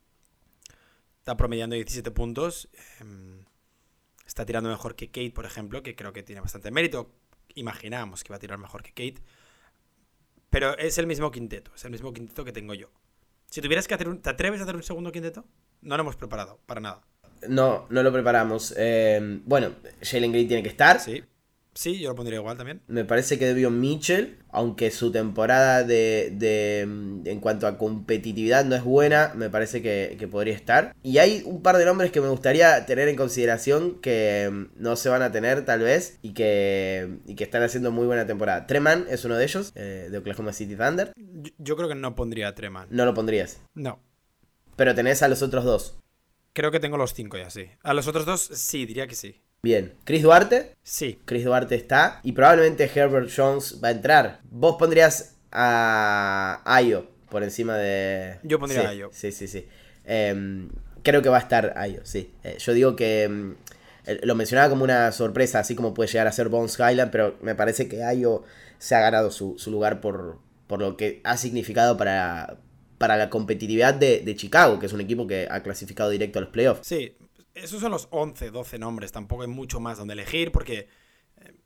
Está promediando diecisiete puntos. em, Está tirando mejor que Kate, por ejemplo, que creo que tiene bastante mérito. Imaginábamos que iba a tirar mejor que Kate. Pero es el mismo quinteto. Es el mismo quinteto que tengo yo. Si tuvieras que hacer un... ¿Te atreves a hacer un segundo quinteto? No lo hemos preparado, para nada. No, no lo preparamos. Eh, bueno, Jalen Green tiene que estar. Sí. Sí, yo lo pondría igual también. Me parece que Devion Mitchell, aunque su temporada de, de en cuanto a competitividad no es buena, me parece que, que podría estar. Y hay un par de nombres que me gustaría tener en consideración que mm, no se van a tener tal vez y que, y que están haciendo muy buena temporada. Treman es uno de ellos, eh, de Oklahoma City Thunder. Yo, yo creo que no pondría a Treman. No lo pondrías. No. Pero tenés a los otros dos. Creo que tengo los cinco ya, sí. A los otros dos, sí, diría que sí. Bien. Chris Duarte. Sí. Chris Duarte está. Y probablemente Herbert Jones va a entrar. Vos pondrías a Ayo por encima de... Yo pondría sí, a Ayo. Sí, sí, sí. Eh, creo que va a estar Ayo, sí. Eh, yo digo que... mm, eh, lo mencionaba como una sorpresa, así como puede llegar a ser Bones Highland, pero me parece que Ayo se ha ganado su, su lugar por, por lo que ha significado para, para la competitividad de, de Chicago, que es un equipo que ha clasificado directo a los playoffs. Sí. Esos son los once, doce nombres. Tampoco hay mucho más donde elegir porque... eh,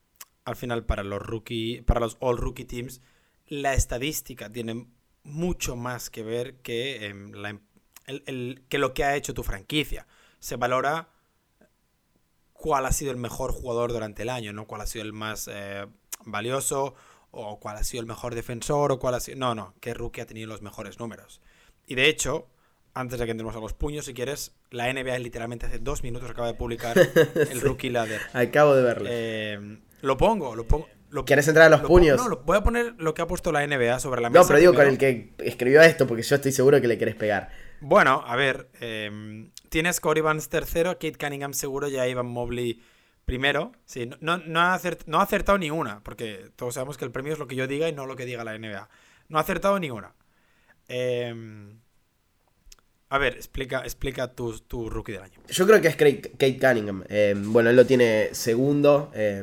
al final para los rookie, para los all rookie teams, la estadística tiene mucho más que ver que, eh, la, el, el, que lo que ha hecho tu franquicia. Se valora cuál ha sido el mejor jugador durante el año, no cuál ha sido el más eh, valioso, o cuál ha sido el mejor defensor, o cuál ha sido... No, no, qué rookie ha tenido los mejores números. Y de hecho, antes de que entremos a los puños, si quieres, la N B A literalmente hace dos minutos acaba de publicar el Sí, Rookie Ladder. acabo de verlo. Eh, lo pongo, lo pongo... Lo, ¿Quieres entrar a los lo puños? pongo, no, lo, voy a poner lo que ha puesto la N B A sobre la mesa. No, pero digo primero. con el que escribió esto, porque yo estoy seguro que le querés pegar. Bueno, a ver, eh, tienes Corey Barnes tercero, Kate Cunningham seguro, ya Evan Mobley primero. Sí, no, no, no, ha acert, no ha acertado ni una, porque todos sabemos que el premio es lo que yo diga y no lo que diga la N B A. No ha acertado ni una. Eh, a ver, explica, explica tu, tu rookie del año. Yo creo que es Kate, Kate Cunningham. Eh, bueno, él lo tiene segundo eh,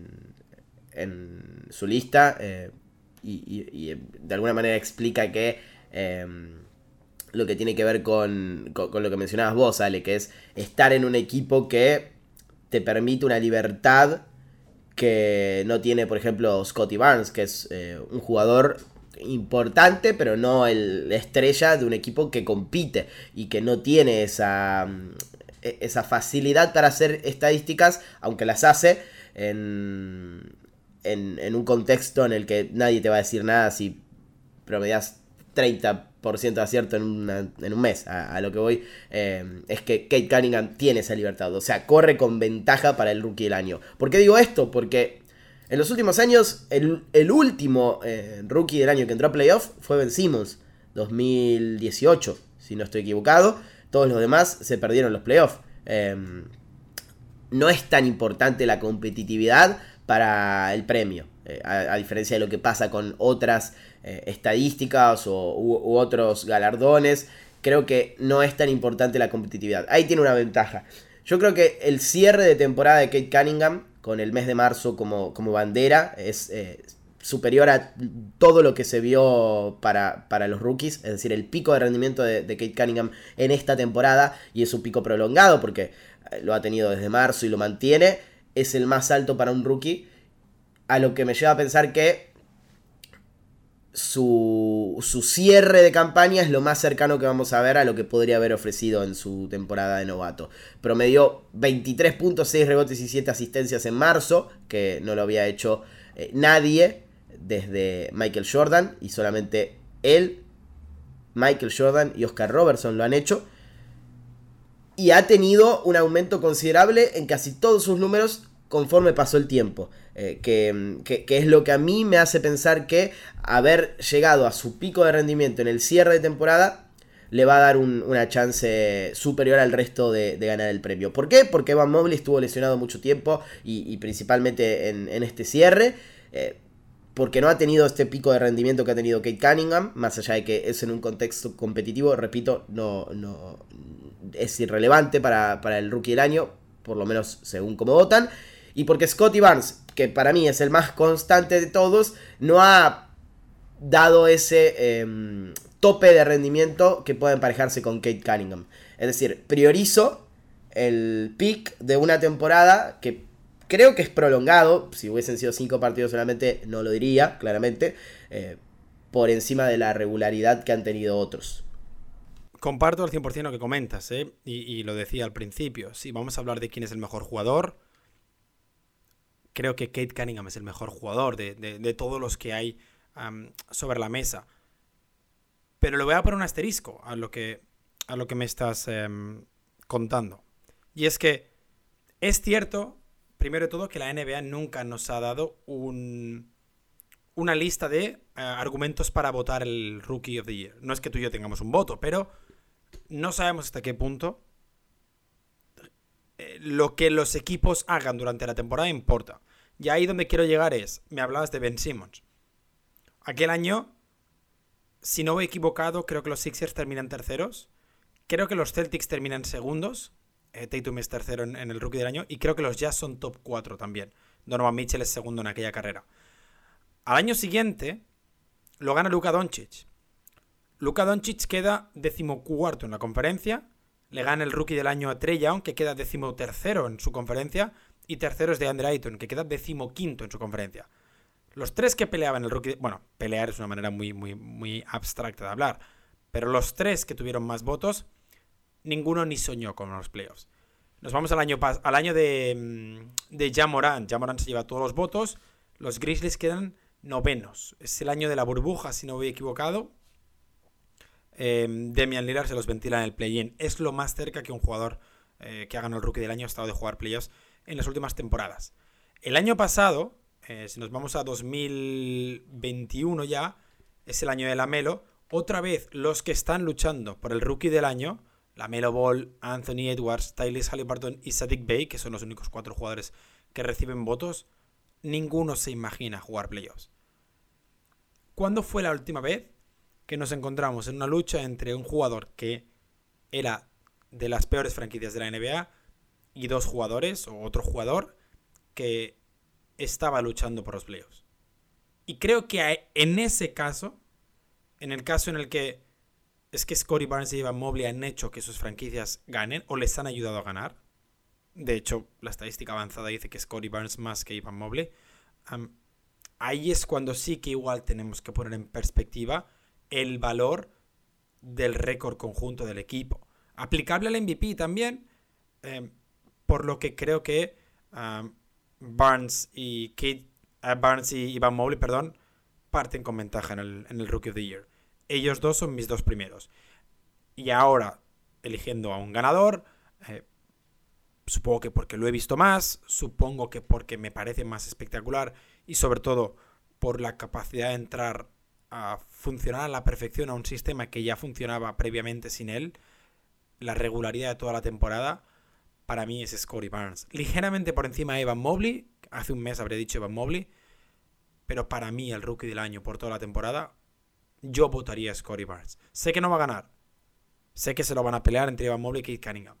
en su lista eh, y, y, y de alguna manera explica que... Eh, lo que tiene que ver con, con, con lo que mencionabas vos, Ale, que es estar en un equipo que te permite una libertad que no tiene, por ejemplo, Scottie Barnes, que es eh, un jugador importante, pero no el estrella de un equipo que compite y que no tiene esa, esa facilidad para hacer estadísticas, aunque las hace en, en, en un contexto en el que nadie te va a decir nada si promedias treinta por ciento de acierto en, una, en un mes. A, a lo que voy eh, es que Kate Cunningham tiene esa libertad, o sea, corre con ventaja para el rookie del año. ¿Por qué digo esto? Porque en los últimos años el, el último eh, rookie del año que entró a playoff fue Ben Simmons, dos mil dieciocho, si no estoy equivocado. Todos los demás se perdieron los playoffs. Eh, no es tan importante la competitividad para el premio, eh, a, a diferencia de lo que pasa con otras eh, estadísticas o, u, u otros galardones. Creo que no es tan importante la competitividad. Ahí tiene una ventaja. Yo creo que el cierre de temporada de Kate Cunningham, con el mes de marzo como, como bandera, es eh, superior a todo lo que se vio para, para los rookies. Es decir, el pico de rendimiento de, de Kate Cunningham en esta temporada, y es un pico prolongado porque lo ha tenido desde marzo y lo mantiene, es el más alto para un rookie, a lo que me lleva a pensar que su, su cierre de campaña es lo más cercano que vamos a ver a lo que podría haber ofrecido en su temporada de novato. Promedió veintitrés puntos, seis rebotes y siete asistencias en marzo, que no lo había hecho eh, nadie desde Michael Jordan, y solamente él, Michael Jordan y Oscar Robertson lo han hecho. Y ha tenido un aumento considerable en casi todos sus números conforme pasó el tiempo. Eh, que, que, que es lo que a mí me hace pensar que haber llegado a su pico de rendimiento en el cierre de temporada le va a dar un, una chance superior al resto de, de ganar el premio. ¿Por qué? Porque Evan Mobley estuvo lesionado mucho tiempo y, y principalmente en, en este cierre. Eh, porque no ha tenido este pico de rendimiento que ha tenido Kate Cunningham, más allá de que es en un contexto competitivo, repito, no, no es irrelevante para, para el rookie del año, por lo menos según como votan, y porque Scottie Barnes, que para mí es el más constante de todos, no ha dado ese eh, tope de rendimiento que pueda emparejarse con Kate Cunningham. Es decir, priorizo el pick de una temporada que creo que es prolongado. Si hubiesen sido cinco partidos solamente no lo diría, claramente, eh, por encima de la regularidad que han tenido otros. Comparto al cien por ciento lo que comentas, ¿eh? y, y lo decía al principio. Si vamos a hablar de quién es el mejor jugador, creo que Kate Cunningham es el mejor jugador de, de, de todos los que hay um, sobre la mesa. Pero le voy a poner un asterisco a lo que, a lo que me estás um, contando. Y es que es cierto, primero de todo, que la N B A nunca nos ha dado un, una lista de uh, argumentos para votar el Rookie of the Year. No es que tú y yo tengamos un voto, pero no sabemos hasta qué punto eh, lo que los equipos hagan durante la temporada importa. Y ahí donde quiero llegar es, me hablabas de Ben Simmons. Aquel año, si no voy equivocado, creo que los Sixers terminan terceros. Creo que los Celtics terminan segundos. Eh, Tatum es tercero en, en el Rookie del año. Y creo que los Jazz son top cuatro también. Donovan Mitchell es segundo en aquella carrera. Al año siguiente, lo gana Luka Doncic. Luka Doncic queda decimocuarto en la conferencia. Le gana el Rookie del año a Trae Young, que queda decimotercero en su conferencia. y tercero es DeAndre Ayton, que queda decimoquinto en su conferencia. Los tres que peleaban el rookie... Bueno, pelear es una manera muy, muy, muy abstracta de hablar. Pero los tres que tuvieron más votos, ninguno ni soñó con los playoffs. Nos vamos al año, al año de, de Ja Morant. Ja Morant se lleva todos los votos. Los Grizzlies quedan novenos. Es el año de la burbuja, si no voy equivocado. Eh, Damian Lillard se los ventila en el play-in. Es lo más cerca que un jugador eh, que ha ganado el rookie del año ha estado de jugar playoffs en las últimas temporadas. El año pasado... Eh, si nos vamos a dos mil veintiuno ya, es el año de LaMelo. Otra vez, los que están luchando por el rookie del año, LaMelo Ball, Anthony Edwards, Tyrese Haliburton y Saddiq Bey, que son los únicos cuatro jugadores que reciben votos, ninguno se imagina jugar playoffs. ¿Cuándo fue la última vez que nos encontramos en una lucha entre un jugador que era de las peores franquicias de la N B A y dos jugadores, o otro jugador, que estaba luchando por los playoffs? Y creo que en ese caso, en el caso en el que es que Scottie Barnes y Evan Mobley han hecho que sus franquicias ganen o les han ayudado a ganar. De hecho, la estadística avanzada dice que Scottie Barnes más que Evan Mobley. Um, ahí es cuando sí que igual tenemos que poner en perspectiva el valor del récord conjunto del equipo. Aplicable al M V P también, eh, por lo que creo que um, Barnes y Kate, uh, Barnes y Evan Mobley, perdón, parten con ventaja en el, en el Rookie of the Year. Ellos dos son mis dos primeros. Y ahora, eligiendo a un ganador, eh, supongo que porque lo he visto más, supongo que porque me parece más espectacular y sobre todo por la capacidad de entrar a funcionar a la perfección a un sistema que ya funcionaba previamente sin él, la regularidad de toda la temporada, para mí es Scottie Barnes. Ligeramente por encima de Evan Mobley, hace un mes habría dicho Evan Mobley, pero para mí el rookie del año por toda la temporada, yo votaría a Scottie Barnes. Sé que no va a ganar, sé que se lo van a pelear entre Evan Mobley y Cade Cunningham,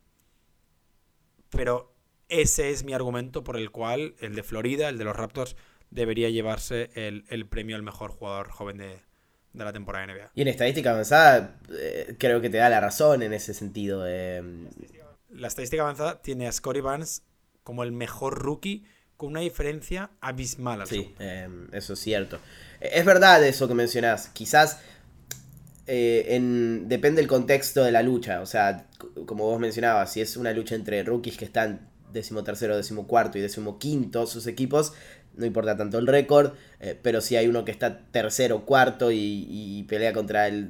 pero ese es mi argumento por el cual el de Florida, el de los Raptors, debería llevarse el, el premio al mejor jugador joven de, de la temporada de N B A. Y en estadística avanzada, eh, creo que te da la razón en ese sentido. Eh... La estadística avanzada tiene a Scottie Barnes como el mejor rookie con una diferencia abismal al Sí, eh, eso es cierto. Es verdad eso que mencionás. Quizás eh, en, depende del contexto de la lucha. O sea, como vos mencionabas, si es una lucha entre rookies que están decimotercero, decimocuarto y decimoquinto sus equipos, no importa tanto el récord, eh, pero si hay uno que está tercero, cuarto y, y pelea contra el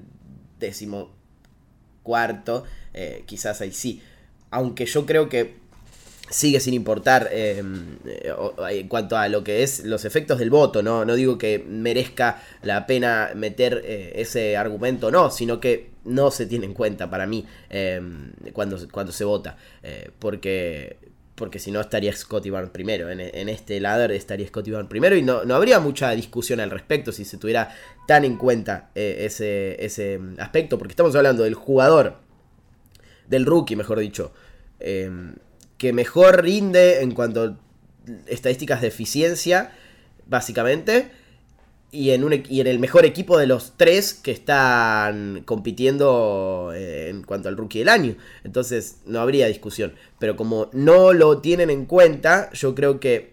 decimocuarto, eh, quizás ahí sí. Aunque yo creo que sigue sin importar eh, en cuanto a lo que es los efectos del voto, no, no digo que merezca la pena meter eh, ese argumento, no, sino que no se tiene en cuenta para mí eh, cuando, cuando se vota, eh, porque... porque si no estaría Scottie Barnes primero, en, en este ladder estaría Scottie Barnes primero y no, no habría mucha discusión al respecto si se tuviera tan en cuenta eh, ese, ese aspecto, porque estamos hablando del jugador, del rookie mejor dicho, eh, que mejor rinde en cuanto a estadísticas de eficiencia, básicamente, y en, un, y en el mejor equipo de los tres que están compitiendo eh, en cuanto al rookie del año. Entonces no habría discusión. Pero como no lo tienen en cuenta, yo creo que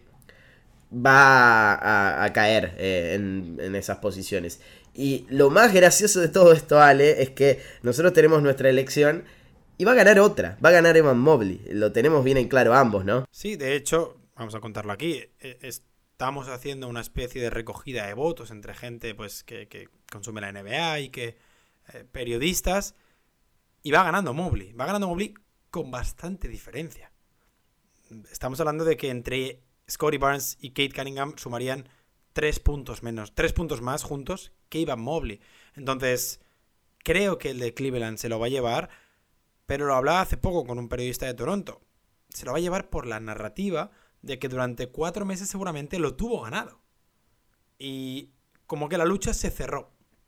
va a, a caer eh, en, en esas posiciones. Y lo más gracioso de todo esto, Ale, es que nosotros tenemos nuestra elección y va a ganar otra. Va a ganar Evan Mobley. Lo tenemos bien en claro ambos, ¿no? Sí, de hecho, vamos a contarlo aquí. Es... Estamos haciendo una especie de recogida de votos entre gente pues que, que consume la N B A y que eh, periodistas, y va ganando Mobley. Va ganando Mobley con bastante diferencia. Estamos hablando de que entre Scottie Barnes y Cade Cunningham sumarían tres puntos menos, tres puntos más juntos que Evan Mobley. Entonces, creo que el de Cleveland se lo va a llevar, pero lo hablaba hace poco con un periodista de Toronto. Se lo va a llevar por la narrativa de que durante cuatro meses seguramente lo tuvo ganado. Y como que la lucha se cerró.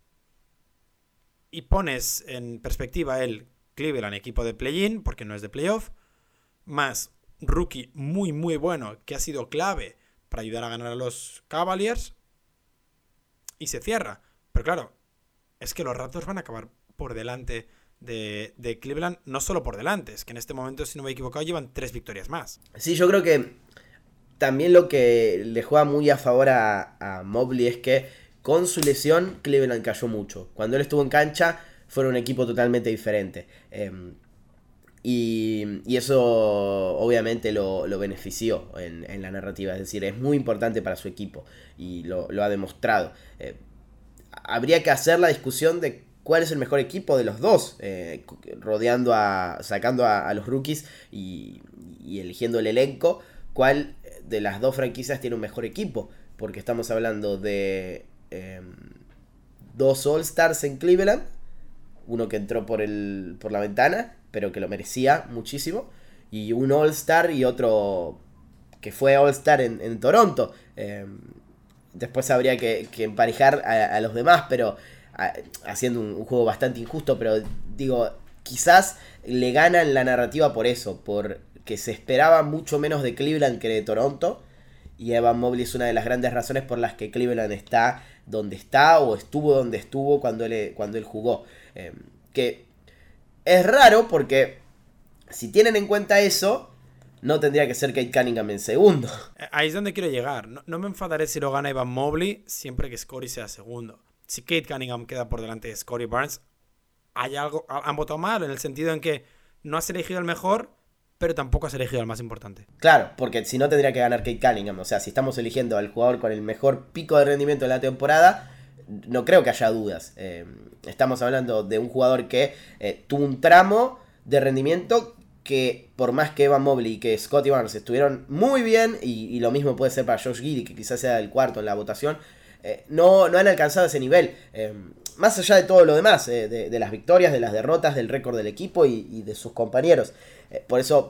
Y pones en perspectiva el Cleveland, equipo de play-in, porque no es de playoff, más rookie muy muy bueno, que ha sido clave para ayudar a ganar a los Cavaliers, y se cierra. Pero claro, es que los Raptors van a acabar por delante de, de Cleveland, no solo por delante, es que en este momento, si no me he equivocado, llevan tres victorias más. Sí, yo creo que también lo que le juega muy a favor a, a Mobley es que con su lesión Cleveland cayó mucho. Cuando él estuvo en cancha fueron un equipo totalmente diferente. Eh, y, y eso obviamente lo, lo benefició en, en la narrativa. Es decir, es muy importante para su equipo y lo, lo ha demostrado. Eh, habría que hacer la discusión de cuál es el mejor equipo de los dos, eh, rodeando a, sacando a, a los rookies y, y eligiendo el elenco. ¿Cuál de las dos franquicias tiene un mejor equipo? Porque estamos hablando de eh, dos All-Stars en Cleveland, uno que entró por, el, por la ventana, pero que lo merecía muchísimo, y un All-Star y otro que fue All-Star en, en Toronto. Eh, después habría que, que emparejar a, a los demás, pero a, haciendo un, un juego bastante injusto, pero digo, quizás le ganan la narrativa por eso, por que se esperaba mucho menos de Cleveland que de Toronto, y Evan Mobley es una de las grandes razones por las que Cleveland está donde está, o estuvo donde estuvo cuando él, cuando él jugó. Eh, que es raro porque si tienen en cuenta eso, no tendría que ser Cade Cunningham en segundo. Ahí es donde quiero llegar. No, no me enfadaré si lo gana Evan Mobley siempre que Scottie sea segundo. Si Cade Cunningham queda por delante de Scottie Barnes, hay algo, han votado mal en el sentido en que no has elegido el mejor, pero tampoco has elegido al más importante. Claro, porque si no tendría que ganar Cade Cunningham. O sea, si estamos eligiendo al jugador con el mejor pico de rendimiento de la temporada, no creo que haya dudas. Eh, estamos hablando de un jugador que eh, tuvo un tramo de rendimiento que, por más que Evan Mobley y que Scottie Barnes estuvieron muy bien, y, y lo mismo puede ser para Josh Giddey, que quizás sea el cuarto en la votación, eh, no, no han alcanzado ese nivel. Eh, más allá de todo lo demás, eh, de, de las victorias, de las derrotas, del récord del equipo y, y de sus compañeros. Eh, por eso,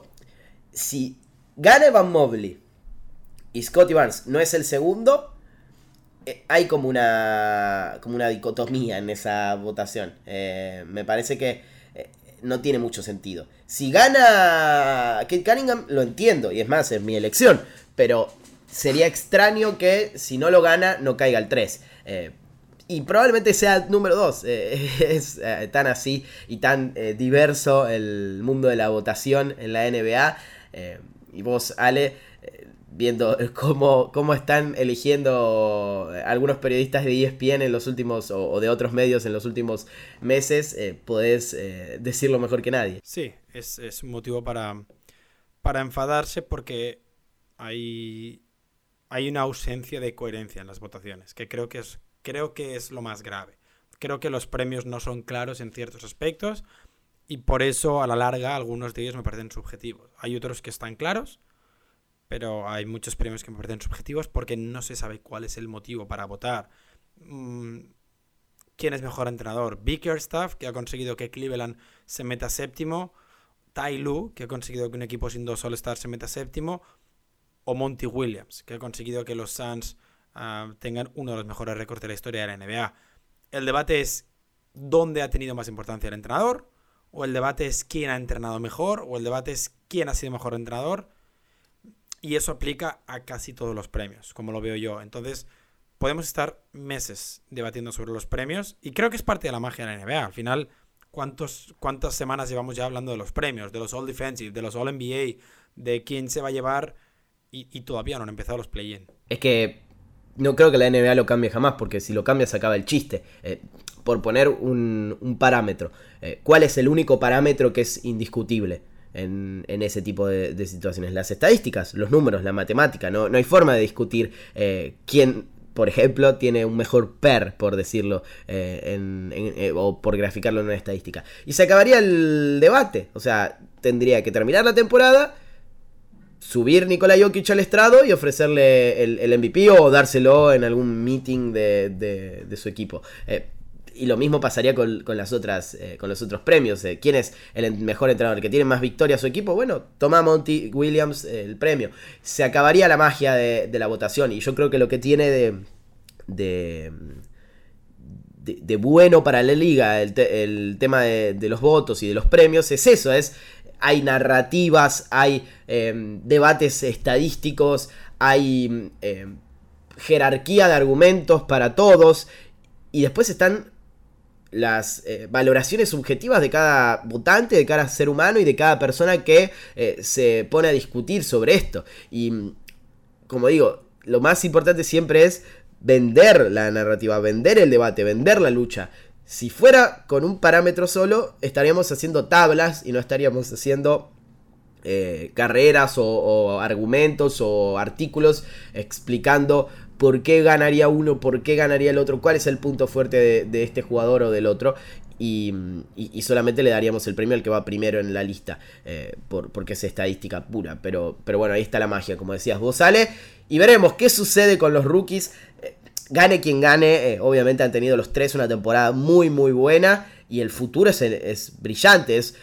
si gana Evan Mobley y Scottie Barnes no es el segundo, eh, hay como una, como una dicotomía en esa votación. Eh, me parece que eh, no tiene mucho sentido. Si gana Cade Cunningham, lo entiendo, y es más, es mi elección, pero sería extraño que si no lo gana, no caiga al tres. Eh, Y probablemente sea número dos. Eh, es eh, tan así y tan eh, diverso el mundo de la votación en la N B A. Eh, y vos, Ale, eh, viendo cómo, cómo están eligiendo algunos periodistas de E S P N en los últimos, o, o de otros medios en los últimos meses, eh, podés eh, decirlo mejor que nadie. Sí, es, es un motivo para, para enfadarse porque hay, hay una ausencia de coherencia en las votaciones, que creo que es Creo que es lo más grave. Creo que los premios no son claros en ciertos aspectos y por eso a la larga algunos de ellos me parecen subjetivos. Hay otros que están claros, pero hay muchos premios que me parecen subjetivos porque no se sabe cuál es el motivo para votar. ¿Quién es mejor entrenador? Bickerstaff, que ha conseguido que Cleveland se meta séptimo, Ty Lue, que ha conseguido que un equipo sin dos All-Stars se meta séptimo, o Monty Williams, que ha conseguido que los Suns Uh, tengan uno de los mejores récords de la historia de la N B A. El debate es dónde ha tenido más importancia el entrenador, o el debate es quién ha entrenado mejor, o el debate es quién ha sido mejor entrenador, y eso aplica a casi todos los premios, como lo veo yo. Entonces podemos estar meses debatiendo sobre los premios, y creo que es parte de la magia de la N B A. Al final, ¿cuántos, cuántas semanas llevamos ya hablando de los premios, de los All Defensive, de los All N B A, de quién se va a llevar, y, y todavía no han empezado los play-in? Es que no creo que la N B A lo cambie jamás, porque si lo cambia se acaba el chiste. Eh, por poner un, un parámetro, eh, ¿cuál es el único parámetro que es indiscutible en, en ese tipo de, de situaciones? Las estadísticas, los números, la matemática. No, no hay forma de discutir eh, quién, por ejemplo, tiene un mejor P E R, por decirlo, eh, en, en, eh, o por graficarlo en una estadística. Y se acabaría el debate. O sea, tendría que terminar la temporada, subir Nikola Jokic al estrado y ofrecerle el, el M V P o dárselo en algún meeting de, de, de su equipo. Eh, y lo mismo pasaría con, con, las otras, eh, con los otros premios. Eh, ¿Quién es el mejor entrenador? ¿El que tiene más victorias a su equipo? Bueno, toma Monty Williams eh, el premio. Se acabaría la magia de, de la votación. Y yo creo que lo que tiene de, de, de, de bueno para la liga el, te, el tema de, de los votos y de los premios es eso, es... Hay narrativas, hay eh, debates estadísticos, hay eh, jerarquía de argumentos para todos. Y después están las eh, valoraciones subjetivas de cada votante, de cada ser humano y de cada persona que eh, se pone a discutir sobre esto. Y como digo, lo más importante siempre es vender la narrativa, vender el debate, vender la lucha. Si fuera con un parámetro solo, estaríamos haciendo tablas y no estaríamos haciendo eh, carreras o, o argumentos o artículos explicando por qué ganaría uno, por qué ganaría el otro, cuál es el punto fuerte de, de este jugador o del otro. Y, y, y solamente le daríamos el premio al que va primero en la lista, eh, por, porque es estadística pura. Pero, pero bueno, ahí está la magia, como decías vos, Ale. Y veremos qué sucede con los rookies. Eh, gane quien gane, eh, obviamente han tenido los tres una temporada muy muy buena. Y el futuro es, es brillante, es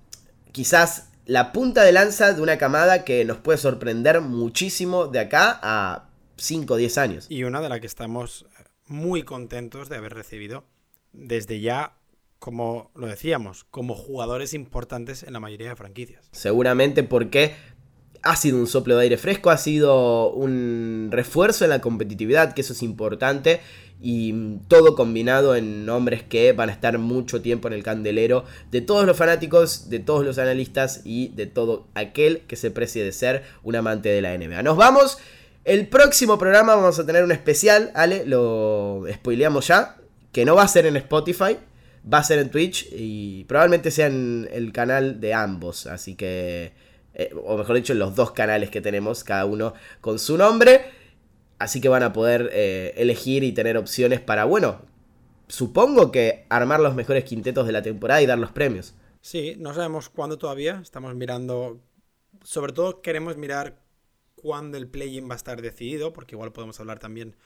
quizás la punta de lanza de una camada que nos puede sorprender muchísimo de acá a cinco o diez años. Y una de la que estamos muy contentos de haber recibido desde ya, como lo decíamos, como jugadores importantes en la mayoría de franquicias. Seguramente porque ha sido un soplo de aire fresco, ha sido un refuerzo en la competitividad, que eso es importante, y todo combinado en nombres que van a estar mucho tiempo en el candelero de todos los fanáticos, de todos los analistas y de todo aquel que se precie de ser un amante de la N B A. Nos vamos. El próximo programa vamos a tener un especial, Ale, lo spoileamos ya, que no va a ser en Spotify. Va a ser en Twitch y probablemente sea en el canal de ambos. Así que, eh, o mejor dicho, en los dos canales que tenemos, cada uno con su nombre. Así que van a poder eh, elegir y tener opciones para, bueno, supongo que armar los mejores quintetos de la temporada y dar los premios. Sí, no sabemos cuándo todavía. Estamos mirando, sobre todo queremos mirar cuándo el play-in va a estar decidido, porque igual podemos hablar también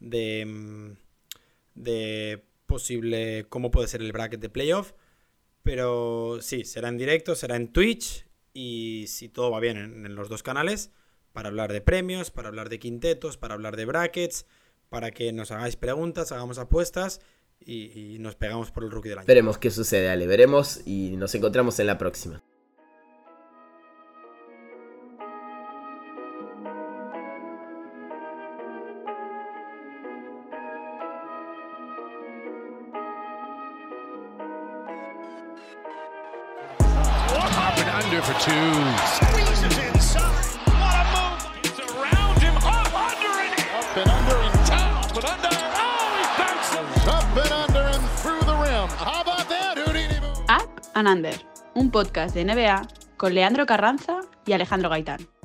de... de posible cómo puede ser el bracket de playoff, pero sí, será en directo, será en Twitch y si todo va bien en, en los dos canales, para hablar de premios, para hablar de quintetos, para hablar de brackets, para que nos hagáis preguntas, hagamos apuestas y, y nos pegamos por el rookie del año. Veremos qué sucede, Ale, veremos y nos encontramos en la próxima. For two. Squeezes inside. What a move. It's around him. Up under and up and under and down. But under. Oh, he bounces. Up and under and through the rim. How about that, Houdini move? Up and Under, un podcast de N B A con Leandro Carranza y Alejandro Gaitán.